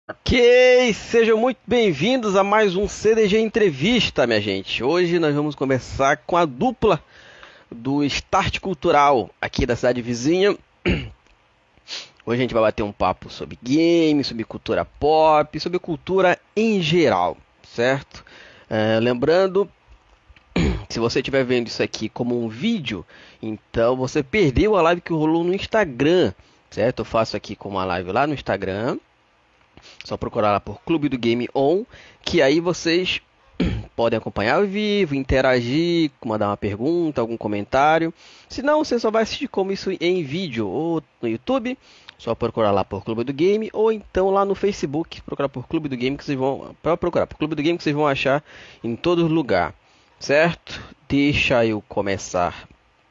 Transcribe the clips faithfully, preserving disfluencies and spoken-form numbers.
Ok, sejam muito bem-vindos a mais um C D G Entrevista, minha gente. Hoje nós vamos conversar com a dupla do Start Cultural aqui da cidade vizinha. Hoje a gente vai bater um papo sobre games, sobre cultura pop, sobre cultura em geral, certo? É, lembrando, se você estiver vendo isso aqui como um vídeo, então você perdeu a live que rolou no Instagram, certo? Eu faço aqui com uma live lá no Instagram. Só procurar lá por Clube do Game On, que aí vocês podem acompanhar ao vivo, interagir, mandar uma pergunta, algum comentário. Se não, você só vai assistir como isso em vídeo ou no YouTube. Só procurar lá por Clube do Game ou então lá no Facebook, procurar por Clube do Game que vocês vão para procurar por Clube do Game que vocês vão achar em todo lugar, certo? Deixa eu começar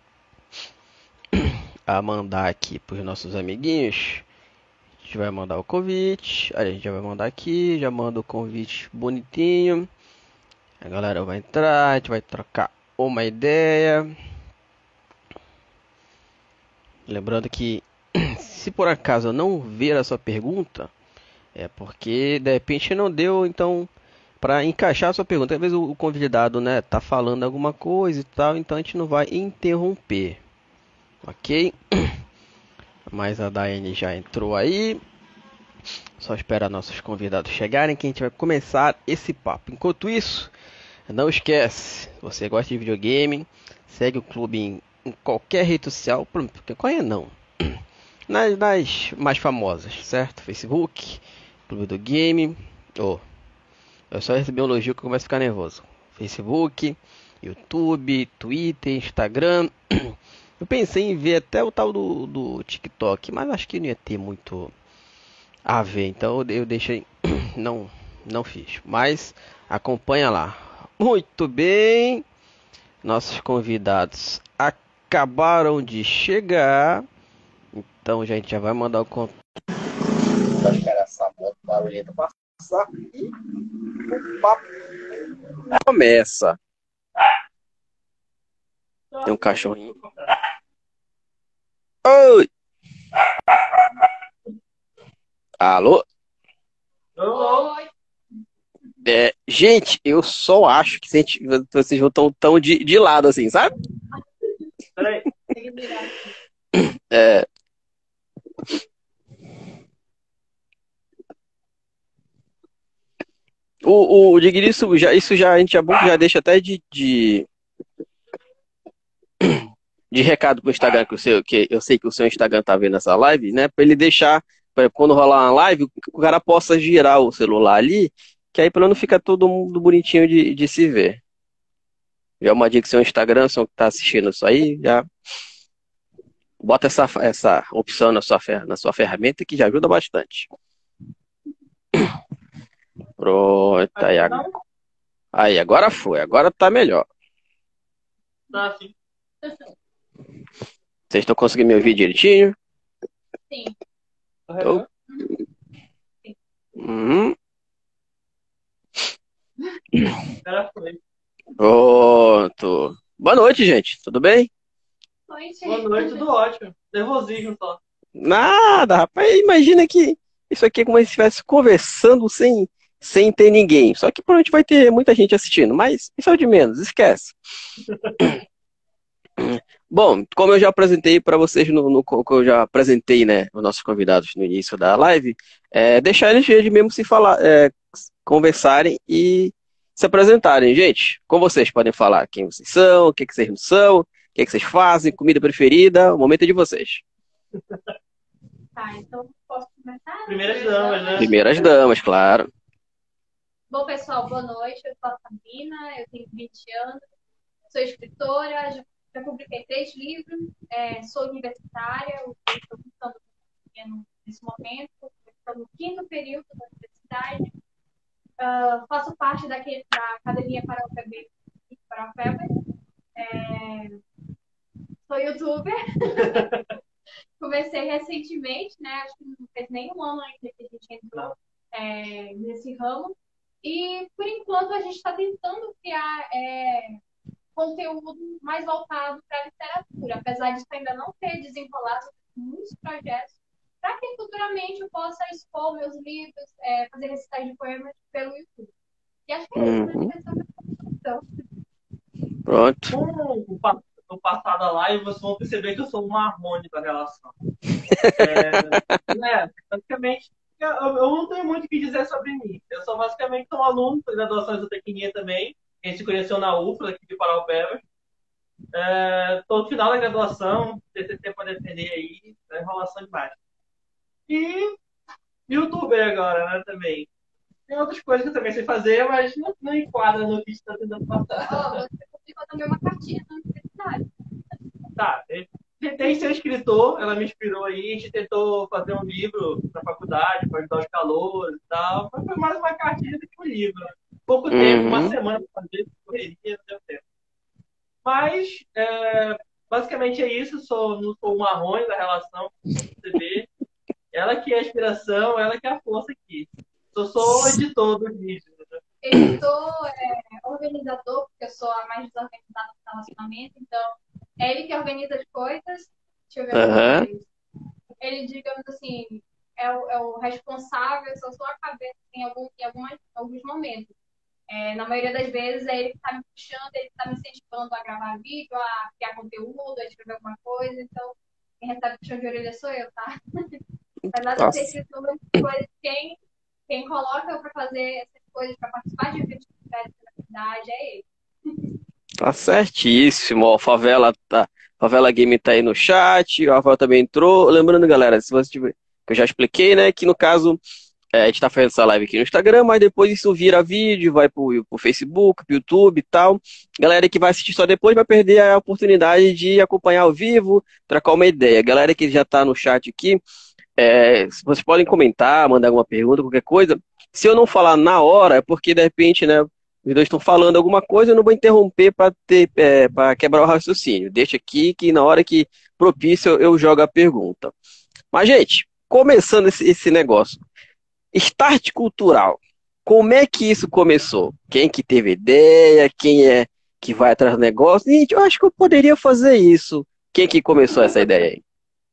a mandar aqui para os nossos amiguinhos. A gente vai mandar o convite. A gente já vai mandar aqui. Já manda o convite bonitinho. A galera vai entrar. A gente vai trocar uma ideia. Lembrando que se por acaso eu não ver a sua pergunta, é porque de repente não deu, então, para encaixar a sua pergunta. Às vezes o convidado, né, tá falando alguma coisa e tal, então a gente não vai interromper. Ok? Mas a Daiane já entrou aí. Só esperar nossos convidados chegarem que a gente vai começar esse papo. Enquanto isso, não esquece, se você gosta de videogame, segue o clube em, em qualquer rede social, porque qual é não? Nas, nas mais famosas, certo? Facebook, Clube do Game, oh, eu só recebi um elogio que eu começo a ficar nervoso. Facebook, YouTube, Twitter, Instagram. Eu pensei em ver até o tal do, do TikTok, mas acho que não ia ter muito a ver, então eu deixei, não, não fiz, mas acompanha lá. Muito bem, nossos convidados acabaram de chegar, então já, a gente já vai mandar o contato. Vou esperar essa moto barulhenta passar e o papo começa. Tem um cachorrinho. Oi! Alô? Oi. É, gente, eu só acho que gente, vocês vão tão, tão de, de lado assim, sabe? Peraí. Tem que virar aqui. É, o, o Digno, isso já, isso já a gente já, bom que já deixa até de, de, de recado pro Instagram, que, o seu, que eu sei que o seu Instagram tá vendo essa live, né? Pra ele deixar, pra quando rolar uma live, o cara possa girar o celular ali, que aí pra não ficar todo mundo bonitinho de, de se ver. Já é uma dica que seu Instagram, se você tá assistindo isso aí, já bota essa, essa opção na sua, fer- na sua ferramenta que já ajuda bastante. Pronto, aí, Aqui ag- não? aí agora foi, agora tá melhor. Ah, sim. Vocês estão conseguindo me ouvir direitinho? Sim. Tô. Carregando? Uhum. Agora foi. Pronto. Boa noite, gente. Tudo bem? Oi, Boa noite, tudo ótimo. Nervosismo só. Nada, rapaz. Imagina que isso aqui é como se estivesse conversando sem, sem ter ninguém. Só que provavelmente vai ter muita gente assistindo, mas isso é o de menos, esquece. Bom, como eu já apresentei para vocês no, no co- que eu já apresentei, né, os nossos convidados no início da live, é, deixar eles, eles mesmo se falar, é, conversarem e se apresentarem. Gente, com vocês podem falar quem vocês são, o que, que vocês não são, o que, que vocês fazem, comida preferida, o momento é de vocês. Tá, então posso começar? Primeiras damas, né? Primeiras damas, claro. Bom, pessoal, boa noite. Eu sou a Sabina, eu tenho vinte anos, sou escritora, já, já publiquei três livros, é, sou universitária, eu estou cursando nesse momento, estou no quinto período da universidade, uh, faço parte daquele, da Academia Paraupebas, Paraupebas, é, sou youtuber. Comecei recentemente, né? Acho que não fez nem um ano ainda que a gente entrou é, nesse ramo. E, por enquanto, a gente está tentando criar é, conteúdo mais voltado para a literatura. Apesar disso ainda não ter desenrolado muitos projetos, para que futuramente eu possa expor meus livros, é, fazer recitais de poemas pelo YouTube. E acho que é isso, né? Uhum. Essa é a minha profissão. Pronto. Com o pa- o passar da live, vocês vão perceber que eu sou um marrone da relação. É, né, basicamente, eu, eu não tenho muito o que dizer sobre mim. Eu sou basicamente um aluno da graduação de zootecnia também. A gente se conheceu na U F L A, aqui de Paraupebas. Estou no final da graduação, T C C para defender aí, é enrolação demais. E youtuber agora, né, também. Tem outras coisas que eu também sei fazer, mas não, não enquadra no que está tentando passar. Ó, você publicou também uma cartinha na universidade. Tá, eu tentei ser escritor, ela me inspirou aí, a gente tentou fazer um livro na faculdade para ajudar os calouros e tal, mas foi mais uma cartinha do que um livro. Pouco tempo, uma Uhum. semana para fazer, correria, não deu tempo. Mas, é, basicamente é isso, sou, não sou o marrone da relação, como você vê. Ela que é a inspiração, ela que é a força aqui. Eu sou o editor dos vídeos. Né? Editor, é, organizador, porque eu sou a mais desorganizada do relacionamento, então é ele que organiza as coisas. Deixa eu ver o que Aham. mais. Ele, digamos assim, é o, é o responsável, eu só sou a cabeça em, algum, em algumas, alguns momentos. É, na maioria das vezes é ele que está me puxando, ele que está me incentivando a gravar vídeo, a criar conteúdo, a escrever alguma coisa. Então, quem recebe puxão de orelha sou eu, tá? Apesar de eu ter Nossa. escrito número de coisas, quem, quem coloca eu para fazer essas coisas, para participar de eventos culturais da cidade, é ele. Tá certíssimo. Ó, Favela tá. Favela Game tá aí no chat. O Rafael também entrou. Lembrando, galera, se você tiver. Que eu já expliquei, né? Que no caso, é, a gente tá fazendo essa live aqui no Instagram, mas depois isso vira vídeo, vai pro, pro Facebook, pro YouTube e tal. Galera que vai assistir só depois vai perder a oportunidade de acompanhar ao vivo, trocar uma ideia. Galera que já tá no chat aqui, é, vocês podem comentar, mandar alguma pergunta, qualquer coisa. Se eu não falar na hora, é porque de repente, né, os dois estão falando alguma coisa, eu não vou interromper para ter, é, para quebrar o raciocínio. Deixa aqui que na hora que propício eu, eu jogo a pergunta. Mas, gente, começando esse, esse negócio, start cultural. Como é que isso começou? Quem que teve ideia? Quem é que vai atrás do negócio? Gente, eu acho que eu poderia fazer isso. Quem que começou essa ideia aí?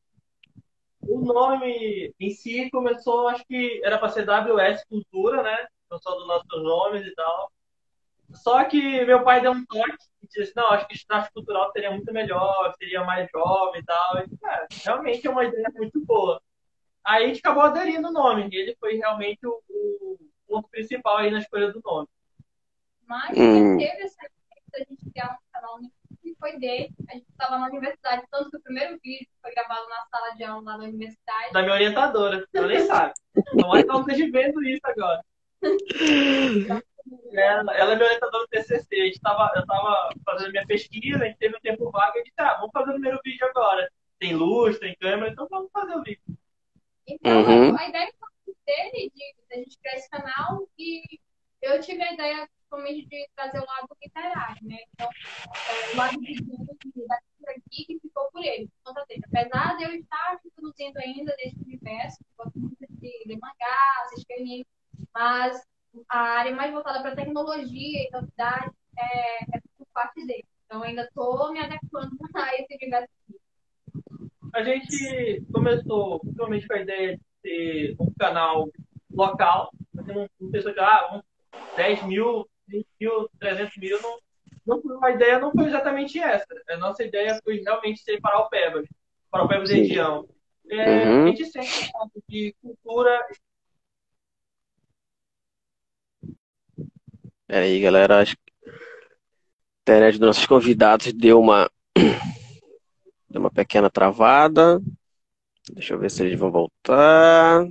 O nome em si começou, acho que era para ser W S Cultura, né? Não só dos nossos nomes e tal. Só que meu pai deu um toque e disse, não, acho que estratégia cultural seria muito melhor, seria mais jovem e tal. E, cara, realmente é uma ideia muito boa. Aí a gente acabou aderindo o nome. E ele foi realmente o, o ponto principal aí na escolha do nome. Mas Hum. quem teve essa ideia da gente criar um canal no YouTube foi dele. A gente estava na universidade, tanto que o primeiro vídeo foi gravado na sala de aula lá na universidade. Da minha orientadora, ela nem sabe. Tomara que ela não esteja vendo isso agora. Ela, ela é minha orientadora do T C C. A gente tava, eu estava fazendo minha pesquisa, a gente teve um tempo vago e a gente disse, ah, vamos fazer o primeiro vídeo agora. Tem luz, tem câmera, então vamos fazer o vídeo. Então, Uhum. a ideia dele de, de a gente criar esse canal e eu tive a ideia principalmente de trazer o lado literário, né? Então, é, o lado de da cultura geek ficou por ele, por conta dele. Apesar de eu estar produzindo ainda desse universo, gosto muito de ler mangá, assistir anime, mas a área mais voltada para tecnologia e novidade é, é por parte dele. Então, ainda estou me adequando a esse universo. A gente começou, principalmente com a ideia de ter um canal local, não, não pensou que ah, dez mil, vinte mil, trezentos mil, não, não, a ideia não foi exatamente essa. A nossa ideia foi realmente ser Paraupebas, Paraupebas Sim. região. É, Uhum. A gente sente um pouco de cultura. Peraí, galera, acho que a internet dos nossos convidados deu uma, deu uma pequena travada. Deixa eu ver se eles vão voltar.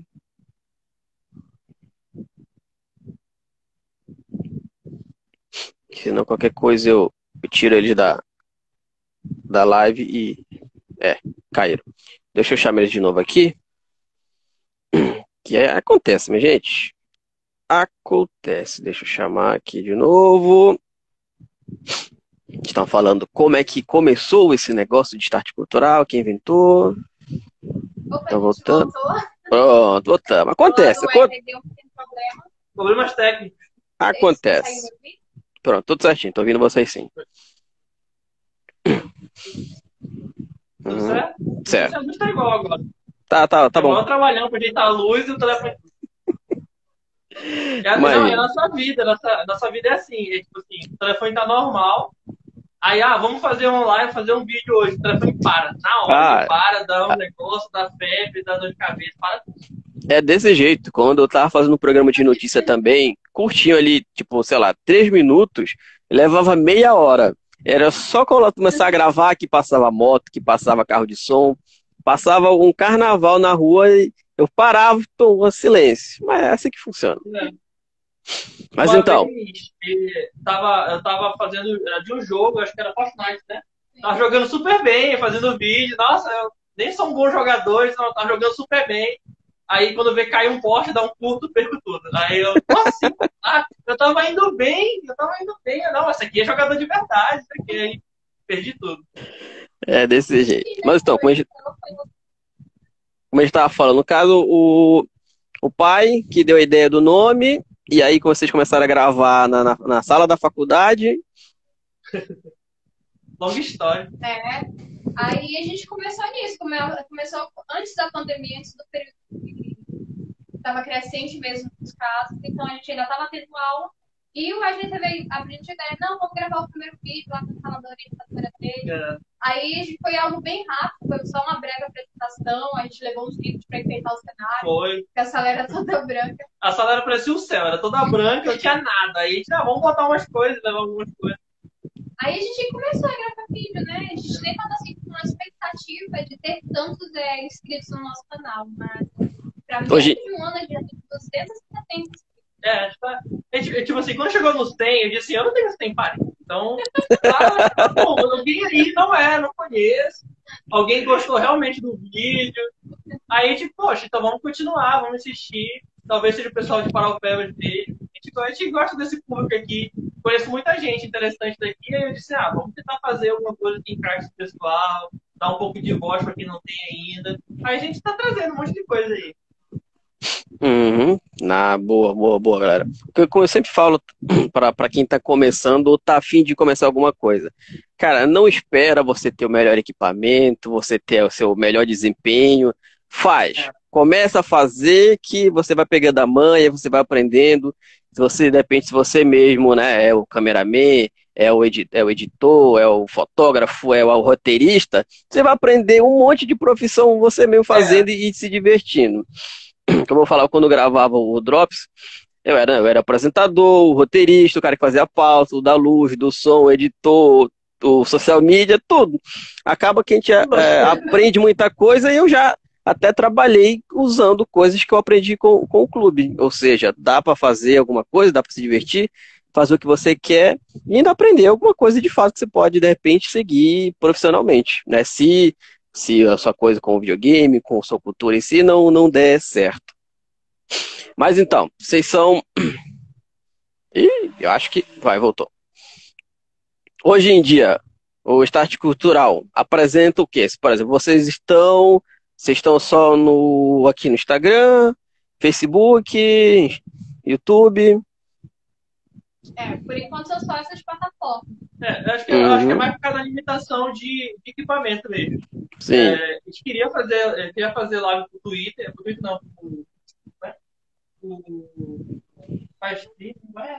Senão qualquer coisa eu, eu tiro eles da, da live e... É, caíram. Deixa eu chamar eles de novo aqui. Que é, acontece, minha gente. Acontece. Deixa eu chamar aqui de novo. A gente tá falando como é que começou esse negócio de start cultural, quem inventou. Opa, Tá a gente voltando. voltou. Pronto, voltamos. Acontece. O aco- Éder deu um pequeno problema. Problemas técnicos. Vocês conseguem Acontece. me ouvir? Pronto, tudo certinho. Tô ouvindo vocês sim. Tudo Uhum. certo? Certo. Não está igual agora. Tá, tá, tá É bom. maior trabalhão pra ajeitar a luz e o telefone. É, Mas, não, é a nossa vida. A nossa, a nossa vida é assim. É tipo assim, o telefone tá normal. Aí, ah, vamos fazer um live, fazer um vídeo hoje. O telefone para. Na hora ele ah, para, dá um negócio, dá febre, dá dor de cabeça, para tudo. é desse jeito. Quando eu tava fazendo um programa de notícia também, curtinho ali, tipo, sei lá, três minutos, levava meia hora. Era só quando eu começar a gravar que passava moto, que passava carro de som, passava um carnaval na rua e eu parava e tomava silêncio. Mas é assim que funciona. Né? Mas Uma então, vez eh, tava, eu tava fazendo era de um jogo, acho que era Fortnite, né? Tava jogando super bem, fazendo vídeo. Nossa, eu nem sou um bom jogador, então eu tava jogando super bem. Aí quando vê cair um poste, dá um curto, perco tudo. Aí eu, como assim? Ah, eu tava indo bem, eu tava indo bem. Não, esse aqui é jogador de verdade, isso aqui. Aí perdi tudo. é desse jeito. Mas então, como a gente, como a gente tava falando, no caso, o, o pai que deu a ideia do nome, e aí que vocês começaram a gravar na, na, na sala da faculdade. Longa história. É. Aí a gente começou nisso, come- começou antes da pandemia, antes do período que estava crescente mesmo os casos, então a gente ainda estava tendo aula. E o Wesley teve abrindo de ideia, não, vamos gravar o primeiro vídeo lá na sala da orientadora dele. É. Aí a gente- foi algo bem rápido, foi só uma breve apresentação, a gente levou uns livros para enfeitar o cenário, Foi. porque a sala era toda branca. A sala era parecia o céu, era toda branca, não tinha nada. Aí a gente, ah, vamos botar umas coisas, levar algumas coisas. Aí a gente começou a gravar vídeo, né? A gente nem tava assim com uma expectativa de ter tantos é, inscritos no nosso canal, mas pra mim, Hoje- de um ano adiante, duzentos e setenta inscritos. É, tipo, é, tipo- tipo assim, quando chegou nos cem, eu disse assim, eu não tenho cem parentes. Então, tá, tá bom, alguém aí não é, não conheço. Alguém gostou realmente do vídeo. Aí, tipo, poxa, então vamos continuar, vamos assistir. Talvez seja o pessoal de Paraupebas dele. A gente, a gente gosta desse público aqui. Conheço muita gente interessante daqui. Aí eu disse, ah, vamos tentar fazer alguma coisa que encaixe o pessoal, dar um pouco de voz para quem não tem ainda. Aí a gente tá trazendo um monte de coisa aí. Uhum. Na boa, boa, boa, galera. Porque como eu sempre falo para para quem tá começando ou tá afim de começar alguma coisa. Cara, não espera você ter o melhor equipamento, você ter o seu melhor desempenho. Faz. É. Começa a fazer que você vai pegando a manha, você vai aprendendo. Se você, de repente, se você mesmo, né, é o cameraman, é o, edi é o editor, é o fotógrafo, é o roteirista, você vai aprender um monte de profissão você mesmo fazendo e, e se divertindo. Como eu vou falar, quando eu gravava o Drops, eu era, eu era apresentador, o roteirista, o cara que fazia a pauta, o da luz, do som, o editor, o social media, tudo. Acaba que a gente é, aprende muita coisa e eu já até trabalhei usando coisas que eu aprendi com, com o clube. Ou seja, dá para fazer alguma coisa, dá para se divertir, fazer o que você quer e ainda aprender alguma coisa de fato que você pode, de repente, seguir profissionalmente, né? Se se a sua coisa com o videogame, com a sua cultura em si não, não der certo. Mas então, vocês são... Ih, eu acho que... Vai, voltou. Hoje em dia, o Start Cultural apresenta o quê? Por exemplo, vocês estão... Vocês estão só no, aqui no Instagram, Facebook, YouTube... É, por enquanto são só essas plataformas. É, eu acho que, Uhum. eu acho que é mais por causa da limitação de, de equipamento mesmo. Sim. É, a gente queria fazer, é, queria fazer live pro Twitter, pro Twitter não, pro, né? pro faz stream, não é?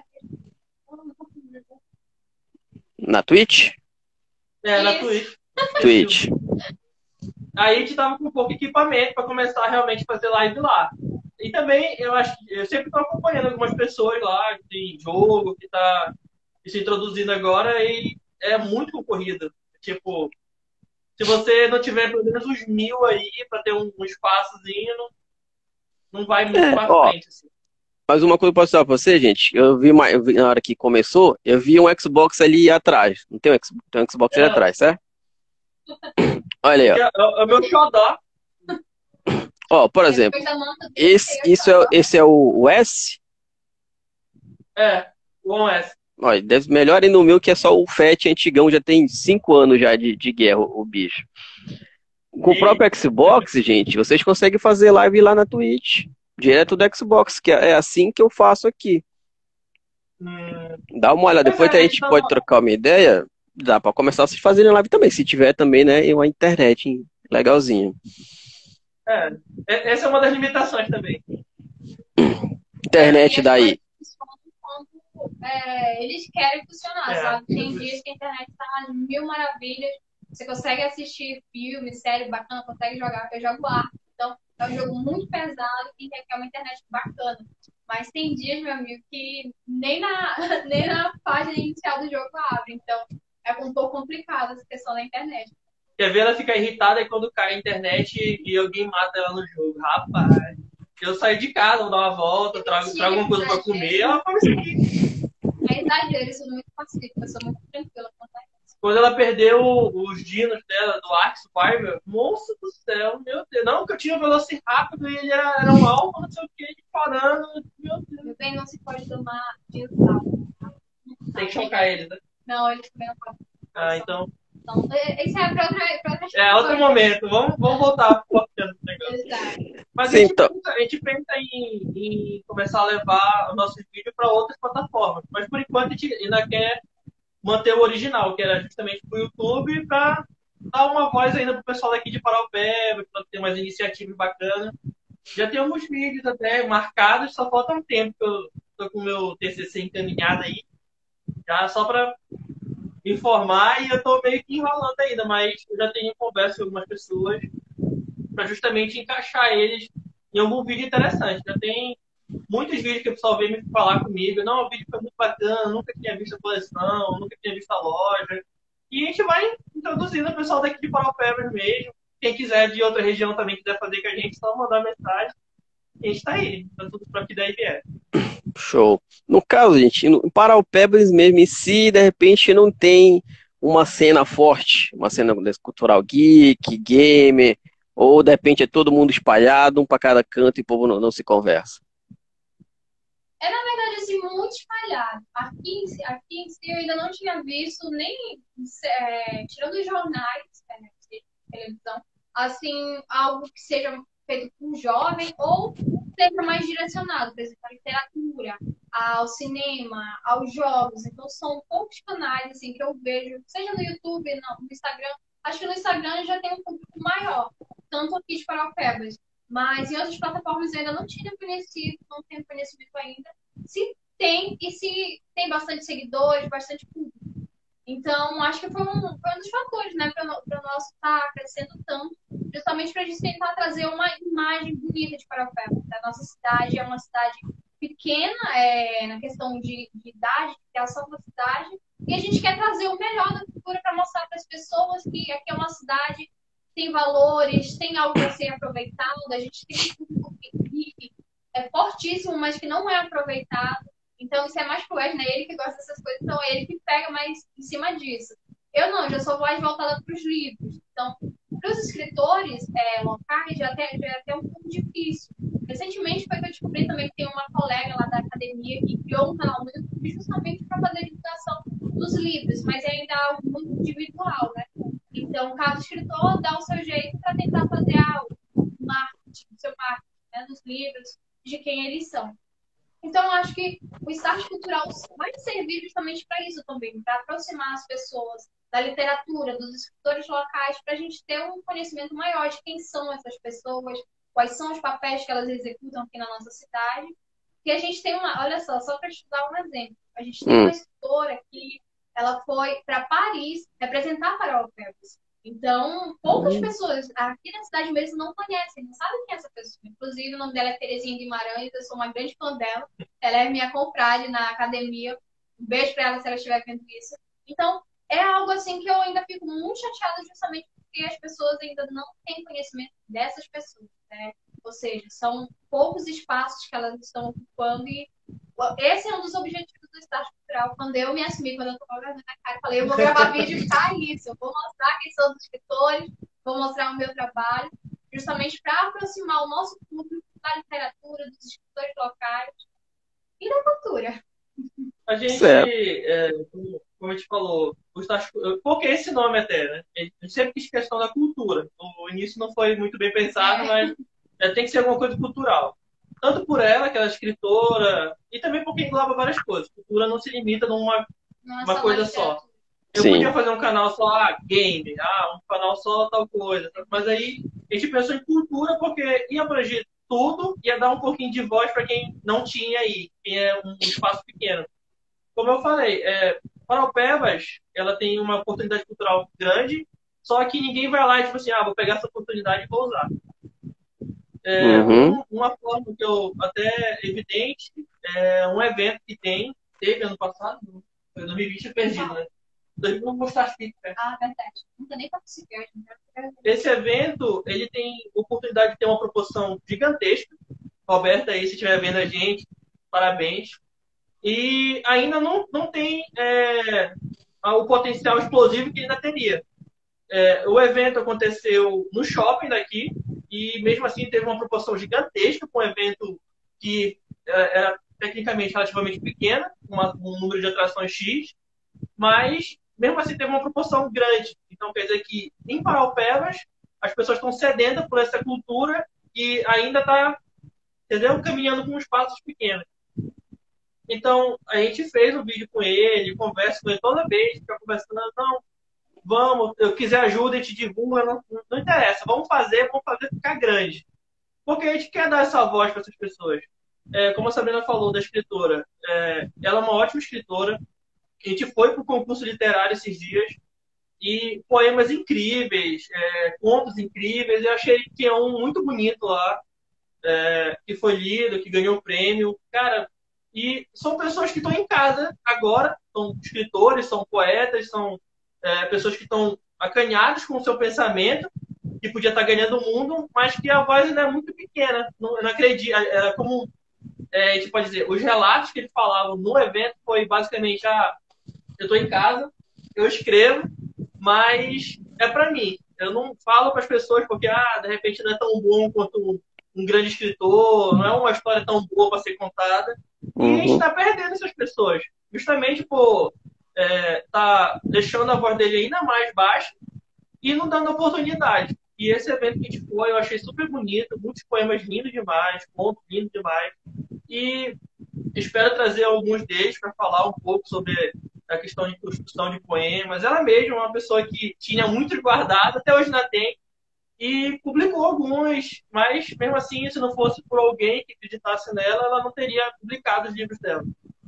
Na Twitch? É, na Isso. Twitch. Twitch. Aí a gente tava com pouco equipamento para começar realmente a fazer live lá. E também, eu acho que eu sempre estou acompanhando algumas pessoas lá, que tem jogo, que está se introduzindo agora e é muito concorrido. Tipo, se você não tiver pelo menos uns mil aí para ter um, um espaçozinho, não, não vai muito É, para ó. frente. Assim. Mas uma coisa que eu posso falar pra você, gente, eu vi, uma, eu vi na hora que começou, eu vi um Xbox ali atrás. Não tem um, X- tem um Xbox ali É. atrás, certo? Olha aí, ó. É, é o meu xodó. Ó, por exemplo, Depois da manta dele, esse, tem isso é, esse é o, o S. É, o One S. Olha, deve melhor ir no meu que é só o Fat antigão, já tem cinco anos já de, de guerra, o, o bicho. Com o E- próprio Xbox, gente, vocês conseguem fazer live lá na Twitch, direto do Xbox, que é assim que eu faço aqui. Hum, Dá uma olhada, depois que a Pois é, gente então- pode trocar uma ideia, dá pra começar a vocês fazerem live também, se tiver também, né, uma internet legalzinha. É, é- essa é uma das limitações também. Internet E as daí. coisas funcionam quando é, eles querem funcionar, É. sabe? Tem dias que a internet tá às mil maravilhas, você consegue assistir filme, série bacana, consegue jogar, eu jogo Ark. Então, é um jogo muito pesado e requer uma internet bacana. Mas tem dias, meu amigo, que nem na, nem na página inicial do jogo abre. Então, é um pouco complicado essa questão da internet. Quer ver ela ficar irritada e quando cai a internet e alguém mata ela no jogo. Rapaz, eu saio de casa, vou dar uma volta, trago, trago alguma coisa pra comer, ela fala isso aqui. É exagero, isso não é muito pacífico, eu sou muito tranquila quanto a isso. Quando ela perdeu os dinos dela do Ark Survivor, moço do céu, meu Deus. Não, que eu tinha Velociraptor e ele era, era um alvo, não sei o que, disparando. Meu Deus. Meu bem, não se pode tomar dinossauro. Tem que chocar eles, né? Não, eles também não podem. Ah, então. Então, é- isso é pra outra, pra outra É outro momento. Vamos, vamos voltar pro negócio. Exato. Mas a Sim, gente, então. pensa, a gente pensa em, em começar a levar os nossos vídeos para outras plataformas. Mas por enquanto a gente ainda quer manter o original, que era justamente pro YouTube, para dar uma voz ainda pro pessoal daqui de Paraupeba, para ter umas iniciativas bacanas. Já tem alguns vídeos até marcados, só falta um tempo que eu tô com o meu T C C encaminhado aí. Já só para informar e eu tô meio que enrolando ainda, mas eu já tenho conversa com algumas pessoas para justamente encaixar eles em algum vídeo interessante. Já tem muitos vídeos que o pessoal veio me falar comigo. Não, o vídeo foi muito bacana, nunca tinha visto a coleção, nunca tinha visto a loja. E a gente vai introduzindo o pessoal daqui de Paraupebas mesmo. Quem quiser de outra região também quiser fazer com a gente, só mandar mensagem. A gente tá aí, tá tudo para que daí vier. Show. No caso, gente, no- em Paraupebas mesmo em si, de repente não tem uma cena forte, uma cena desse cultural geek, gamer, ou de repente é todo mundo espalhado, um para cada canto e o povo não, não se conversa. É, na verdade, assim, muito espalhado. Aqui, em si- aqui em si eu ainda não tinha visto nem, é, tirando os jornais, né, de televisão, assim, algo que seja feito por um jovem ou seja mais direcionado, por exemplo, à literatura, ao cinema, aos jogos. Então, são poucos canais, assim, que eu vejo, seja no YouTube, no no Instagram. Acho que no Instagram já tem um público maior, tanto aqui de Paraupebas. Mas em outras plataformas eu ainda não tinha conhecido, não tenho conhecimento ainda. Se tem, e se tem bastante seguidores, bastante público. Então, acho que foi um, foi um dos fatores, né, para o nosso estar crescendo tanto, justamente para a gente tentar trazer uma imagem bonita de Paraupebas. A nossa cidade é uma cidade pequena, é, na questão de, de idade, de criação da cidade, e a gente quer trazer o melhor da cultura para mostrar para as pessoas que aqui é uma cidade tem valores, tem algo a ser aproveitado, a gente tem um público que é fortíssimo, mas que não é aproveitado. Então, isso é mais pro Wesley, é ele que gosta dessas coisas, então é ele que pega mais em cima disso. Eu não, já sou mais voltada para os livros. Então, para os escritores é, locais, já, até, já é até um pouco difícil. Recentemente foi que eu descobri também que tem uma colega lá da academia que criou um canal no YouTube justamente para fazer divulgação dos livros, mas é ainda algo muito individual, né? Então, cada escritor dá o seu jeito para tentar fazer algo, marketing, o seu marketing, né, dos livros, de quem eles são. Então, eu acho que o Start Cultural vai servir justamente para isso também, para aproximar as pessoas da literatura, dos escritores locais, para a gente ter um conhecimento maior de quem são essas pessoas, quais são os papéis que elas executam aqui na nossa cidade. E a gente tem uma, olha só, só para te dar um exemplo, a gente tem uma escritora que ela foi para Paris representar Paraupebas. Então, poucas pessoas aqui na cidade mesmo não conhecem, não sabem quem é essa pessoa. Inclusive, o nome dela é Terezinha Guimarães, eu sou uma grande fã dela. Ela é minha confrade na academia. Um beijo para ela se ela estiver vendo isso. Então, é algo assim que eu ainda fico muito chateada justamente porque as pessoas ainda não têm conhecimento dessas pessoas, né? Ou seja, são poucos espaços que elas estão ocupando e esse é um dos objetivos do Start Cultural. Quando eu me assumi, quando eu tô gravando na cara, eu falei, eu vou gravar vídeo para isso. Eu vou mostrar quem são os escritores, vou mostrar o meu trabalho, justamente para aproximar o nosso público da literatura, dos escritores locais e da cultura. A gente, é, como, como a gente falou, o Start, por que esse nome até, né? A gente sempre quis questão da cultura. O início não foi muito bem pensado, é. mas é, tem que ser alguma coisa cultural. Tanto por ela, que ela é escritora, e também porque engloba várias coisas. Cultura não se limita numa uma coisa só. Eu Sim. podia fazer um canal só, ah, game, ah, um canal só tal coisa. Mas aí a gente pensou em cultura porque ia abranger tudo, ia dar um pouquinho de voz para quem não tinha aí, quem é um espaço pequeno. Como eu falei, é, Paraupebas, ela tem uma oportunidade cultural grande, só que ninguém vai lá e tipo assim, ah, vou pegar essa oportunidade e vou usar. É, Uhum. um, uma forma que eu até evidente é um evento que tem, teve ano passado, foi dois mil e vinte, é perdido, né? dois mil e vinte não mostrar as picas. Ah, verdade. Nunca nem participei. Esse evento, ele tem oportunidade de ter uma proporção gigantesca. Roberta aí, se estiver vendo a gente, parabéns. E ainda não, não tem é, o potencial explosivo que ainda teria. É, o evento aconteceu no shopping daqui e mesmo assim teve uma proporção gigantesca com um evento que é, era tecnicamente relativamente pequena, uma, um número de atrações X, mas mesmo assim teve uma proporção grande. Então quer dizer que em Paraupebas as pessoas estão sedentas por essa cultura e ainda está, entendeu, caminhando com uns passos pequenos. Então a gente fez um vídeo com ele, conversa com ele toda vez, fica conversando, não, vamos, eu quiser ajuda, a gente divulga, não, não interessa, vamos fazer, vamos fazer ficar grande. Porque a gente quer dar essa voz para essas pessoas. É, como a Sabrina falou da escritora, é, ela é uma ótima escritora. A gente foi para o concurso literário esses dias e poemas incríveis, é, contos incríveis. Eu achei que tinha um muito bonito lá, é, que foi lido, que ganhou o prêmio. Cara, e são pessoas que estão em casa agora, são escritores, são poetas, são é, pessoas que estão acanhadas com o seu pensamento, que podia estar ganhando o mundo, mas que a voz ainda é muito pequena. Não, eu não acredito. Era como é, a gente pode dizer, os relatos que ele falava no evento foi basicamente: ah, eu estou em casa, eu escrevo, mas é para mim. Eu não falo para as pessoas porque, ah, de repente não é tão bom quanto um, um grande escritor, não é uma história tão boa para ser contada. E a gente Uhum. está perdendo essas pessoas. Justamente por é, tá deixando a voz dele ainda mais baixa e não dando oportunidade. E esse evento que a gente foi, eu achei super bonito, muitos poemas lindos demais, contos lindos demais. E espero trazer alguns deles para falar um pouco sobre a questão de construção de poemas. Ela mesma é uma pessoa que tinha muitos guardados, até hoje ainda tem, e publicou alguns, mas mesmo assim, se não fosse por alguém que acreditasse nela, ela não teria publicado os livros dela.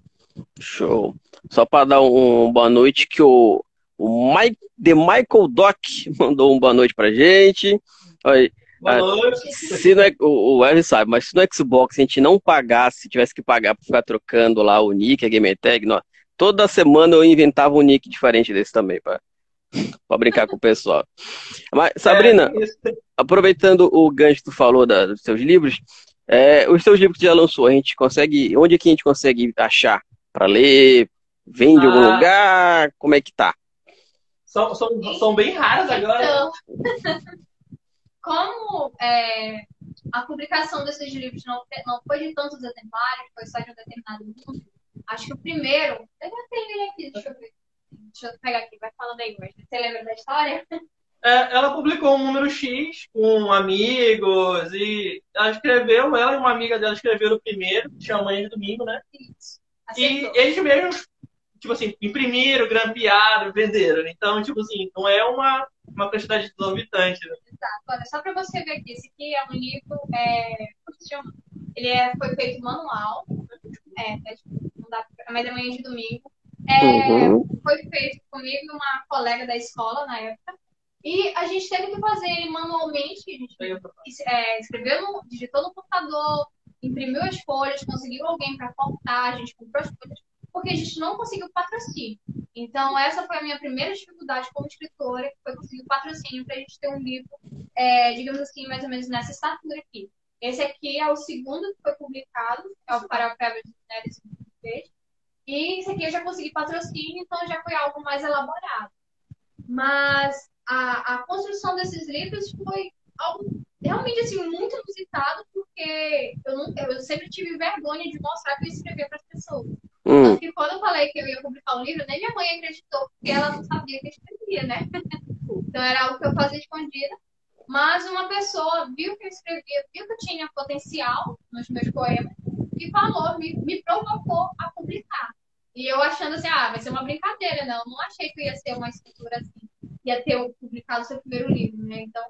Show. Só para dar um boa noite, que o, o Mike, The Michael Doc mandou um boa noite pra gente. Olha, Boa ah, noite. se não é, o, o Wesley sabe, mas se no Xbox a gente não pagasse, se tivesse que pagar para ficar trocando lá o nick, a gamer tag, nó, toda semana eu inventava um nick diferente desse também, para brincar com o pessoal. Mas, Sabrina, É, isso. aproveitando o gancho que tu falou da, dos seus livros, é, os seus livros que já lançou, a gente consegue, onde é que a gente consegue achar para ler? Vende em algum Ah, lugar? Como é que tá? são, são, são bem raras agora. Então, como é, a publicação desses livros não, não foi de tantos exemplares, foi só de um determinado número, acho que o primeiro, eu já tenho ele aqui, deixa eu ver. Deixa eu pegar aqui, vai falando aí, mas você lembra da história? É, ela publicou um número X com amigos e ela escreveu, ela e uma amiga dela escreveram o primeiro, que chama Mãe de Domingo, né? Isso. E Acertou. eles mesmos, tipo assim, imprimiram, grampearam, venderam. Então, tipo assim, não é uma, uma quantidade exorbitante, né? Exato. Olha, só para você ver aqui, esse aqui é um livro, é, como se chama? Ele é, foi feito manual, é, é, não dá, mas é Manhã de Domingo. É, Uhum. foi feito comigo e uma colega da escola na época. E a gente teve que fazer ele manualmente. A gente é, escreveu, no, digitou no computador, imprimiu as folhas, conseguiu alguém para cortar, a gente comprou as folhas, porque a gente não conseguiu patrocínio. Então, essa foi a minha primeira dificuldade como escritora, que foi conseguir patrocínio para a gente ter um livro, é, digamos assim, mais ou menos nessa estatura aqui. Esse aqui é o segundo que foi publicado, é o Paraupebas de Mulheres e E esse aqui eu já consegui patrocínio, então já foi algo mais elaborado. Mas a, a construção desses livros foi algo realmente assim, muito inusitado, porque eu, não, eu sempre tive vergonha de mostrar que eu escrevia para as pessoas. Hum. Tanto que quando eu falei que eu ia publicar um livro, nem minha mãe acreditou, porque ela não sabia que eu escrevia, né? Então era algo que eu fazia escondida. Mas uma pessoa viu que eu escrevia, viu que eu tinha potencial nos meus poemas e falou, me, me provocou a publicar. E eu achando assim, ah, vai ser uma brincadeira, não. Eu não achei que ia ser uma escritura assim, ia ter publicado o seu primeiro livro, né? Então,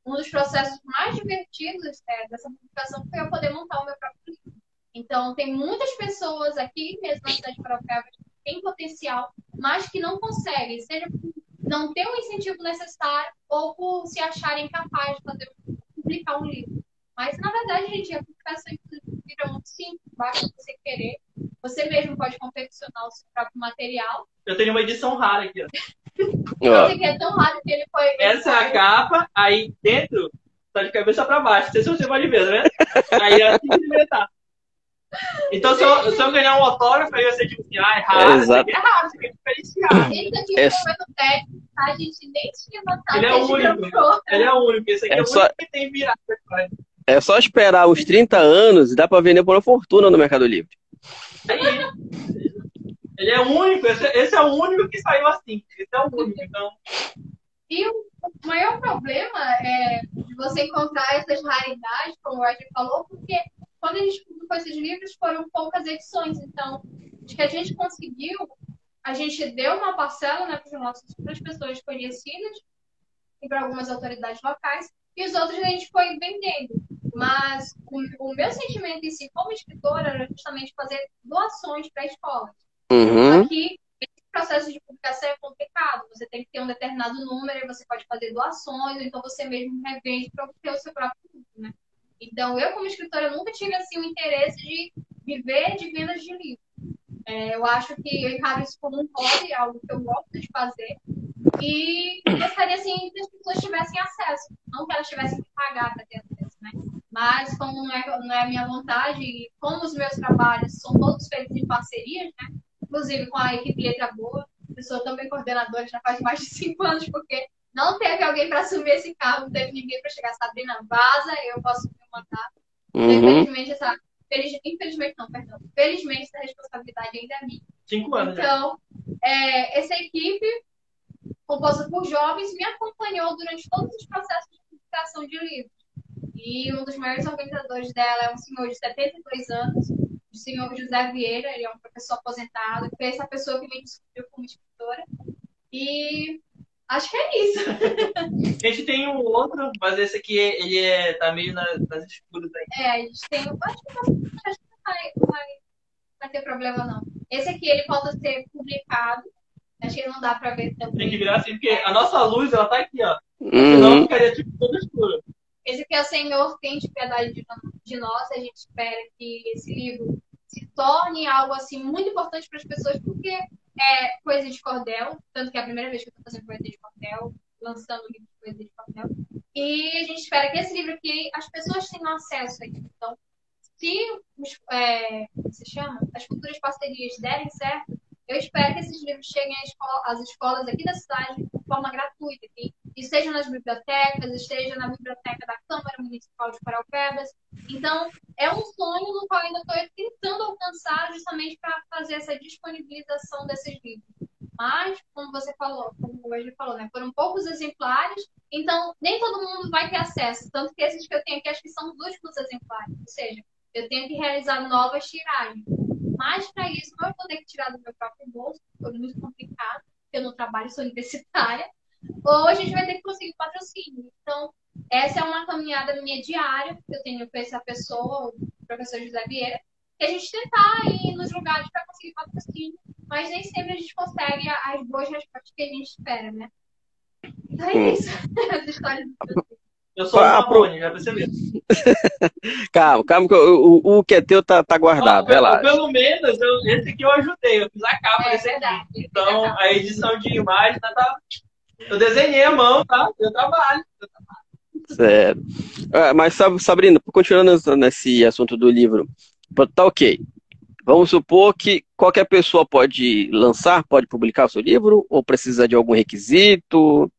um dos processos mais divertidos é, dessa publicação foi eu poder montar o meu próprio livro. Então, tem muitas pessoas aqui mesmo na cidade de Parauapebas que têm potencial, mas que não conseguem, seja por não ter o incentivo necessário ou por se acharem capazes de fazer, publicar um livro. Mas, na verdade, gente, a publicação de livro é muito simples, basta você querer. Você mesmo pode confeccionar o seu próprio material. Eu tenho uma edição rara aqui, ó. Esse que é tão raro que ele foi... Ele Essa foi... é a capa, aí dentro tá de cabeça pra baixo. Não sei se você pode ver, tá vendo? Aí é assim que deveria estar. Então, se eu, se eu ganhar um autógrafo, aí você tipo assim, ah, é raro, É, isso aqui é raro, isso aqui é diferenciado. Esse aqui É- foi no técnico, tá? A gente nem tinha notado Ele é que a gente único. gravou. Ele é único, esse aqui é, É o só- único que tem virado. É só esperar os trinta anos e dá pra vender por uma fortuna no Mercado Livre. Aí, ele é único, esse, esse é o único que saiu assim. Esse é o único, então... E o maior problema é de você encontrar essas raridades, como o Roger falou, porque quando a gente publicou esses livros foram poucas edições. Então, os que a gente conseguiu, a gente deu uma parcela, né, para as pessoas conhecidas e para algumas autoridades locais, e os outros a gente foi vendendo. Mas o, o meu sentimento em si, como escritora, era justamente fazer doações para escolas. Uhum. Aqui, esse processo de publicação é complicado. Você tem que ter um determinado número, e você pode fazer doações, ou então você mesmo revende para obter o seu próprio lucro, né? Então, eu, como escritora, nunca tive assim, o interesse de viver de vendas de livro. É, eu acho que eu encaro isso como um hobby, algo que eu gosto de fazer. E gostaria, assim, que as pessoas tivessem acesso. Não que elas tivessem que pagar para ter acesso, né? Mas, como não é, não é a minha vontade, e como os meus trabalhos são todos feitos em parcerias, né? Inclusive com a equipe Letra Boa, eu sou também coordenadora já faz mais de cinco anos, porque não teve alguém para assumir esse cargo, não teve ninguém para chegar, Sabrina, vaza, eu posso assumir o mandato. Uhum. Infelizmente, essa, feliz, infelizmente não, perdão, felizmente essa responsabilidade ainda é minha. Cinco anos. Então, é, essa equipe, composta por jovens, me acompanhou durante todos os processos de publicação de livros. E um dos maiores organizadores dela é um senhor de setenta e dois anos, o senhor José Vieira, ele é um professor aposentado, foi essa pessoa que me descobriu como escritora. E acho que é isso. A gente tem um outro, mas esse aqui, ele é, tá meio nas, nas escuras aí. É, a gente tem. Acho que não, acho que não vai, não vai, vai ter problema, não. Esse aqui, ele falta ser publicado. Acho que não dá pra ver também. Tem que virar assim, porque a nossa luz, ela tá aqui, ó. Senão Uhum. ficaria tipo toda escura. Esse aqui é o Senhor tem de piedade de, de nós. A gente espera que esse livro se torne algo assim muito importante para as pessoas, porque é poesia de cordel, tanto que é a primeira vez que eu estou fazendo poesia de cordel, lançando o livro de poesia de cordel. E a gente espera que esse livro aqui as pessoas tenham acesso a ele. Então, se os, é, como se chama? As futuras parcerias derem certo, eu espero que esses livros cheguem às escolas, às escolas aqui da cidade de forma gratuita, aqui, esteja nas bibliotecas, esteja na biblioteca da Câmara Municipal de Parauapebas. Então, é um sonho no qual ainda estou tentando alcançar justamente para fazer essa disponibilização desses livros. Mas, como você falou, como hoje falou, né, foram poucos exemplares, então nem todo mundo vai ter acesso. Tanto que esses que eu tenho aqui, acho que são os últimos exemplares. Ou seja, eu tenho que realizar novas tiragens. Mas, para isso, eu vou ter que tirar do meu próprio bolso, foi muito complicado, porque eu não trabalho, sou universitária, ou a gente vai ter que conseguir patrocínio. Então, essa é uma caminhada minha diária, que eu tenho com essa pessoa, o professor José Vieira, que a gente tentar ir nos lugares para conseguir patrocínio, mas nem sempre a gente consegue as boas respostas que a gente espera, né? Então é isso. As histórias do Brasil. Eu sou Ah, um Marrone, já percebeu. Calma, calma, que o, o, o que é teu tá, tá guardado, Ó, pelo, relaxa. pelo menos, eu, esse aqui eu ajudei, eu fiz a capa É desse verdade, aqui. eu fiz a Então, capa. a edição de imagem tá, tá- eu desenhei a mão, tá? Eu trabalho. Sério. Ah, mas, Sab- Sabrina, continuando nesse- nesse assunto do livro, tá ok. Vamos supor que qualquer pessoa pode lançar, pode publicar o seu livro, ou precisa de algum requisito?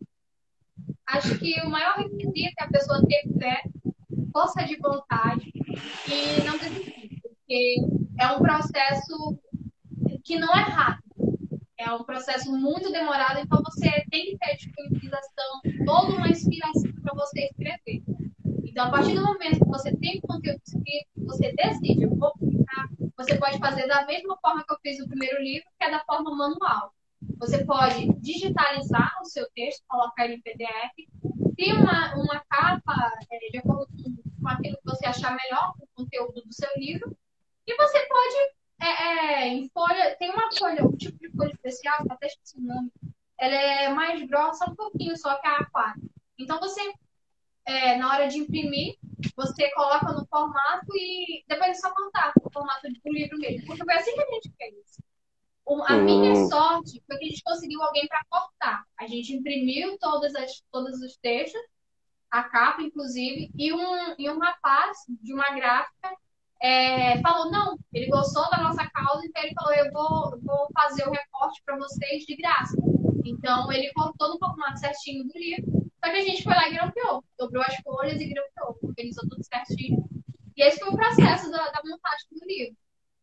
Acho que o maior requisito é a pessoa ter fé, força de vontade e não desistir, porque é um processo que não é rápido, é um processo muito demorado, então você tem que ter disponibilização, toda uma inspiração para você escrever. Então, a partir do momento que você tem o conteúdo escrito, você decide, eu vou publicar, você pode fazer da mesma forma que eu fiz o primeiro livro, que é da forma manual. Você pode digitalizar o seu texto, colocar ele em P D F, cria uma, uma capa é, de acordo com, com aquilo que você achar melhor, com o conteúdo do seu livro, e você pode, é, é, em folha, tem uma folha, um tipo de folha especial, que até esqueci o nome, ela é mais grossa, um pouquinho só que a A quatro. Então você, é, na hora de imprimir, você coloca no formato e depois é só cortar o formato do livro mesmo, porque foi assim que a gente fez. O- A minha Hum, sorte foi que a gente conseguiu alguém para cortar. A gente imprimiu todas as, todos os textos, a capa, inclusive, e um, e um rapaz de uma gráfica é, falou, não, ele gostou da nossa causa, então ele falou, eu vou, eu vou fazer o recorte para vocês de graça. Então, ele cortou no formato certinho do livro, só que a gente foi lá e grampeou, dobrou as folhas e grampeou, organizou tudo certinho. E esse foi o processo da, da montagem do livro.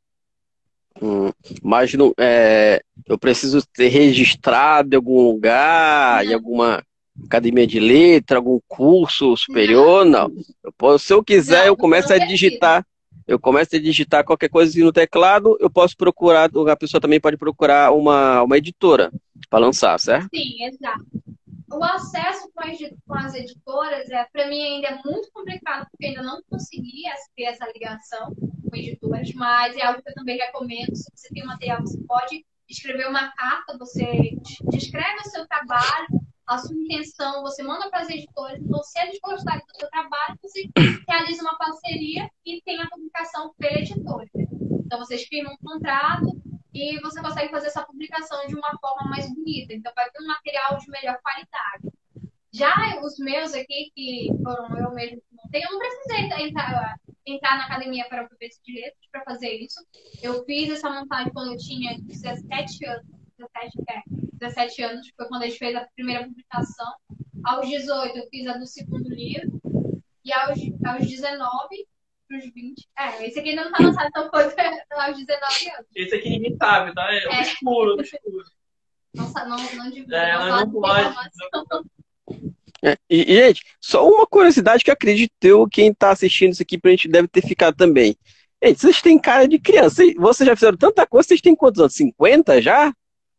hum. Mas não, é, eu preciso ter registrado em algum lugar, em Não, alguma academia de letra, algum curso superior, não. Eu posso, se eu quiser, não, eu você começo não a precisa. digitar. Eu começo a digitar qualquer coisa assim no teclado, eu posso procurar, a pessoa também pode procurar uma, uma editora para lançar, certo? Sim, exato. O acesso com as, com as editoras, é, para mim, ainda é muito complicado, porque ainda não consegui ter essa ligação com editoras, mas é algo que eu também recomendo. Se você tem material, você pode escrever uma carta, você descreve o seu trabalho, a sua intenção, você manda para as editoras, então, se eles gostarem do seu trabalho, você realiza uma parceria e tem a publicação pela editora. Então, vocês firmam um contrato e você consegue fazer essa publicação de uma forma mais bonita. Então, vai ter um material de melhor qualidade. Já os meus aqui, que foram eu mesmo que montei, eu não precisei entrar, entrar na academia para o P B de Letras para fazer isso. Eu fiz essa montagem quando eu tinha dezessete anos. dezessete, é, dezessete anos, foi quando a gente fez a primeira publicação. Aos dezoito, eu fiz a do segundo livro. E aos, aos dezenove, para os vinte. É, esse aqui ainda não está lançado, então foi aos dezenove anos. Esse aqui ninguém sabe, tá? É É. obscuro, obscuro. Nossa, não, não divulga. É, não ela fala não de pode. informação. É, e, e, gente, só uma curiosidade que eu acredito eu, quem tá assistindo isso aqui pra gente deve ter ficado também. Gente, vocês têm cara de criança. E vocês já fizeram tanta coisa, vocês têm quantos anos? Cinquenta já?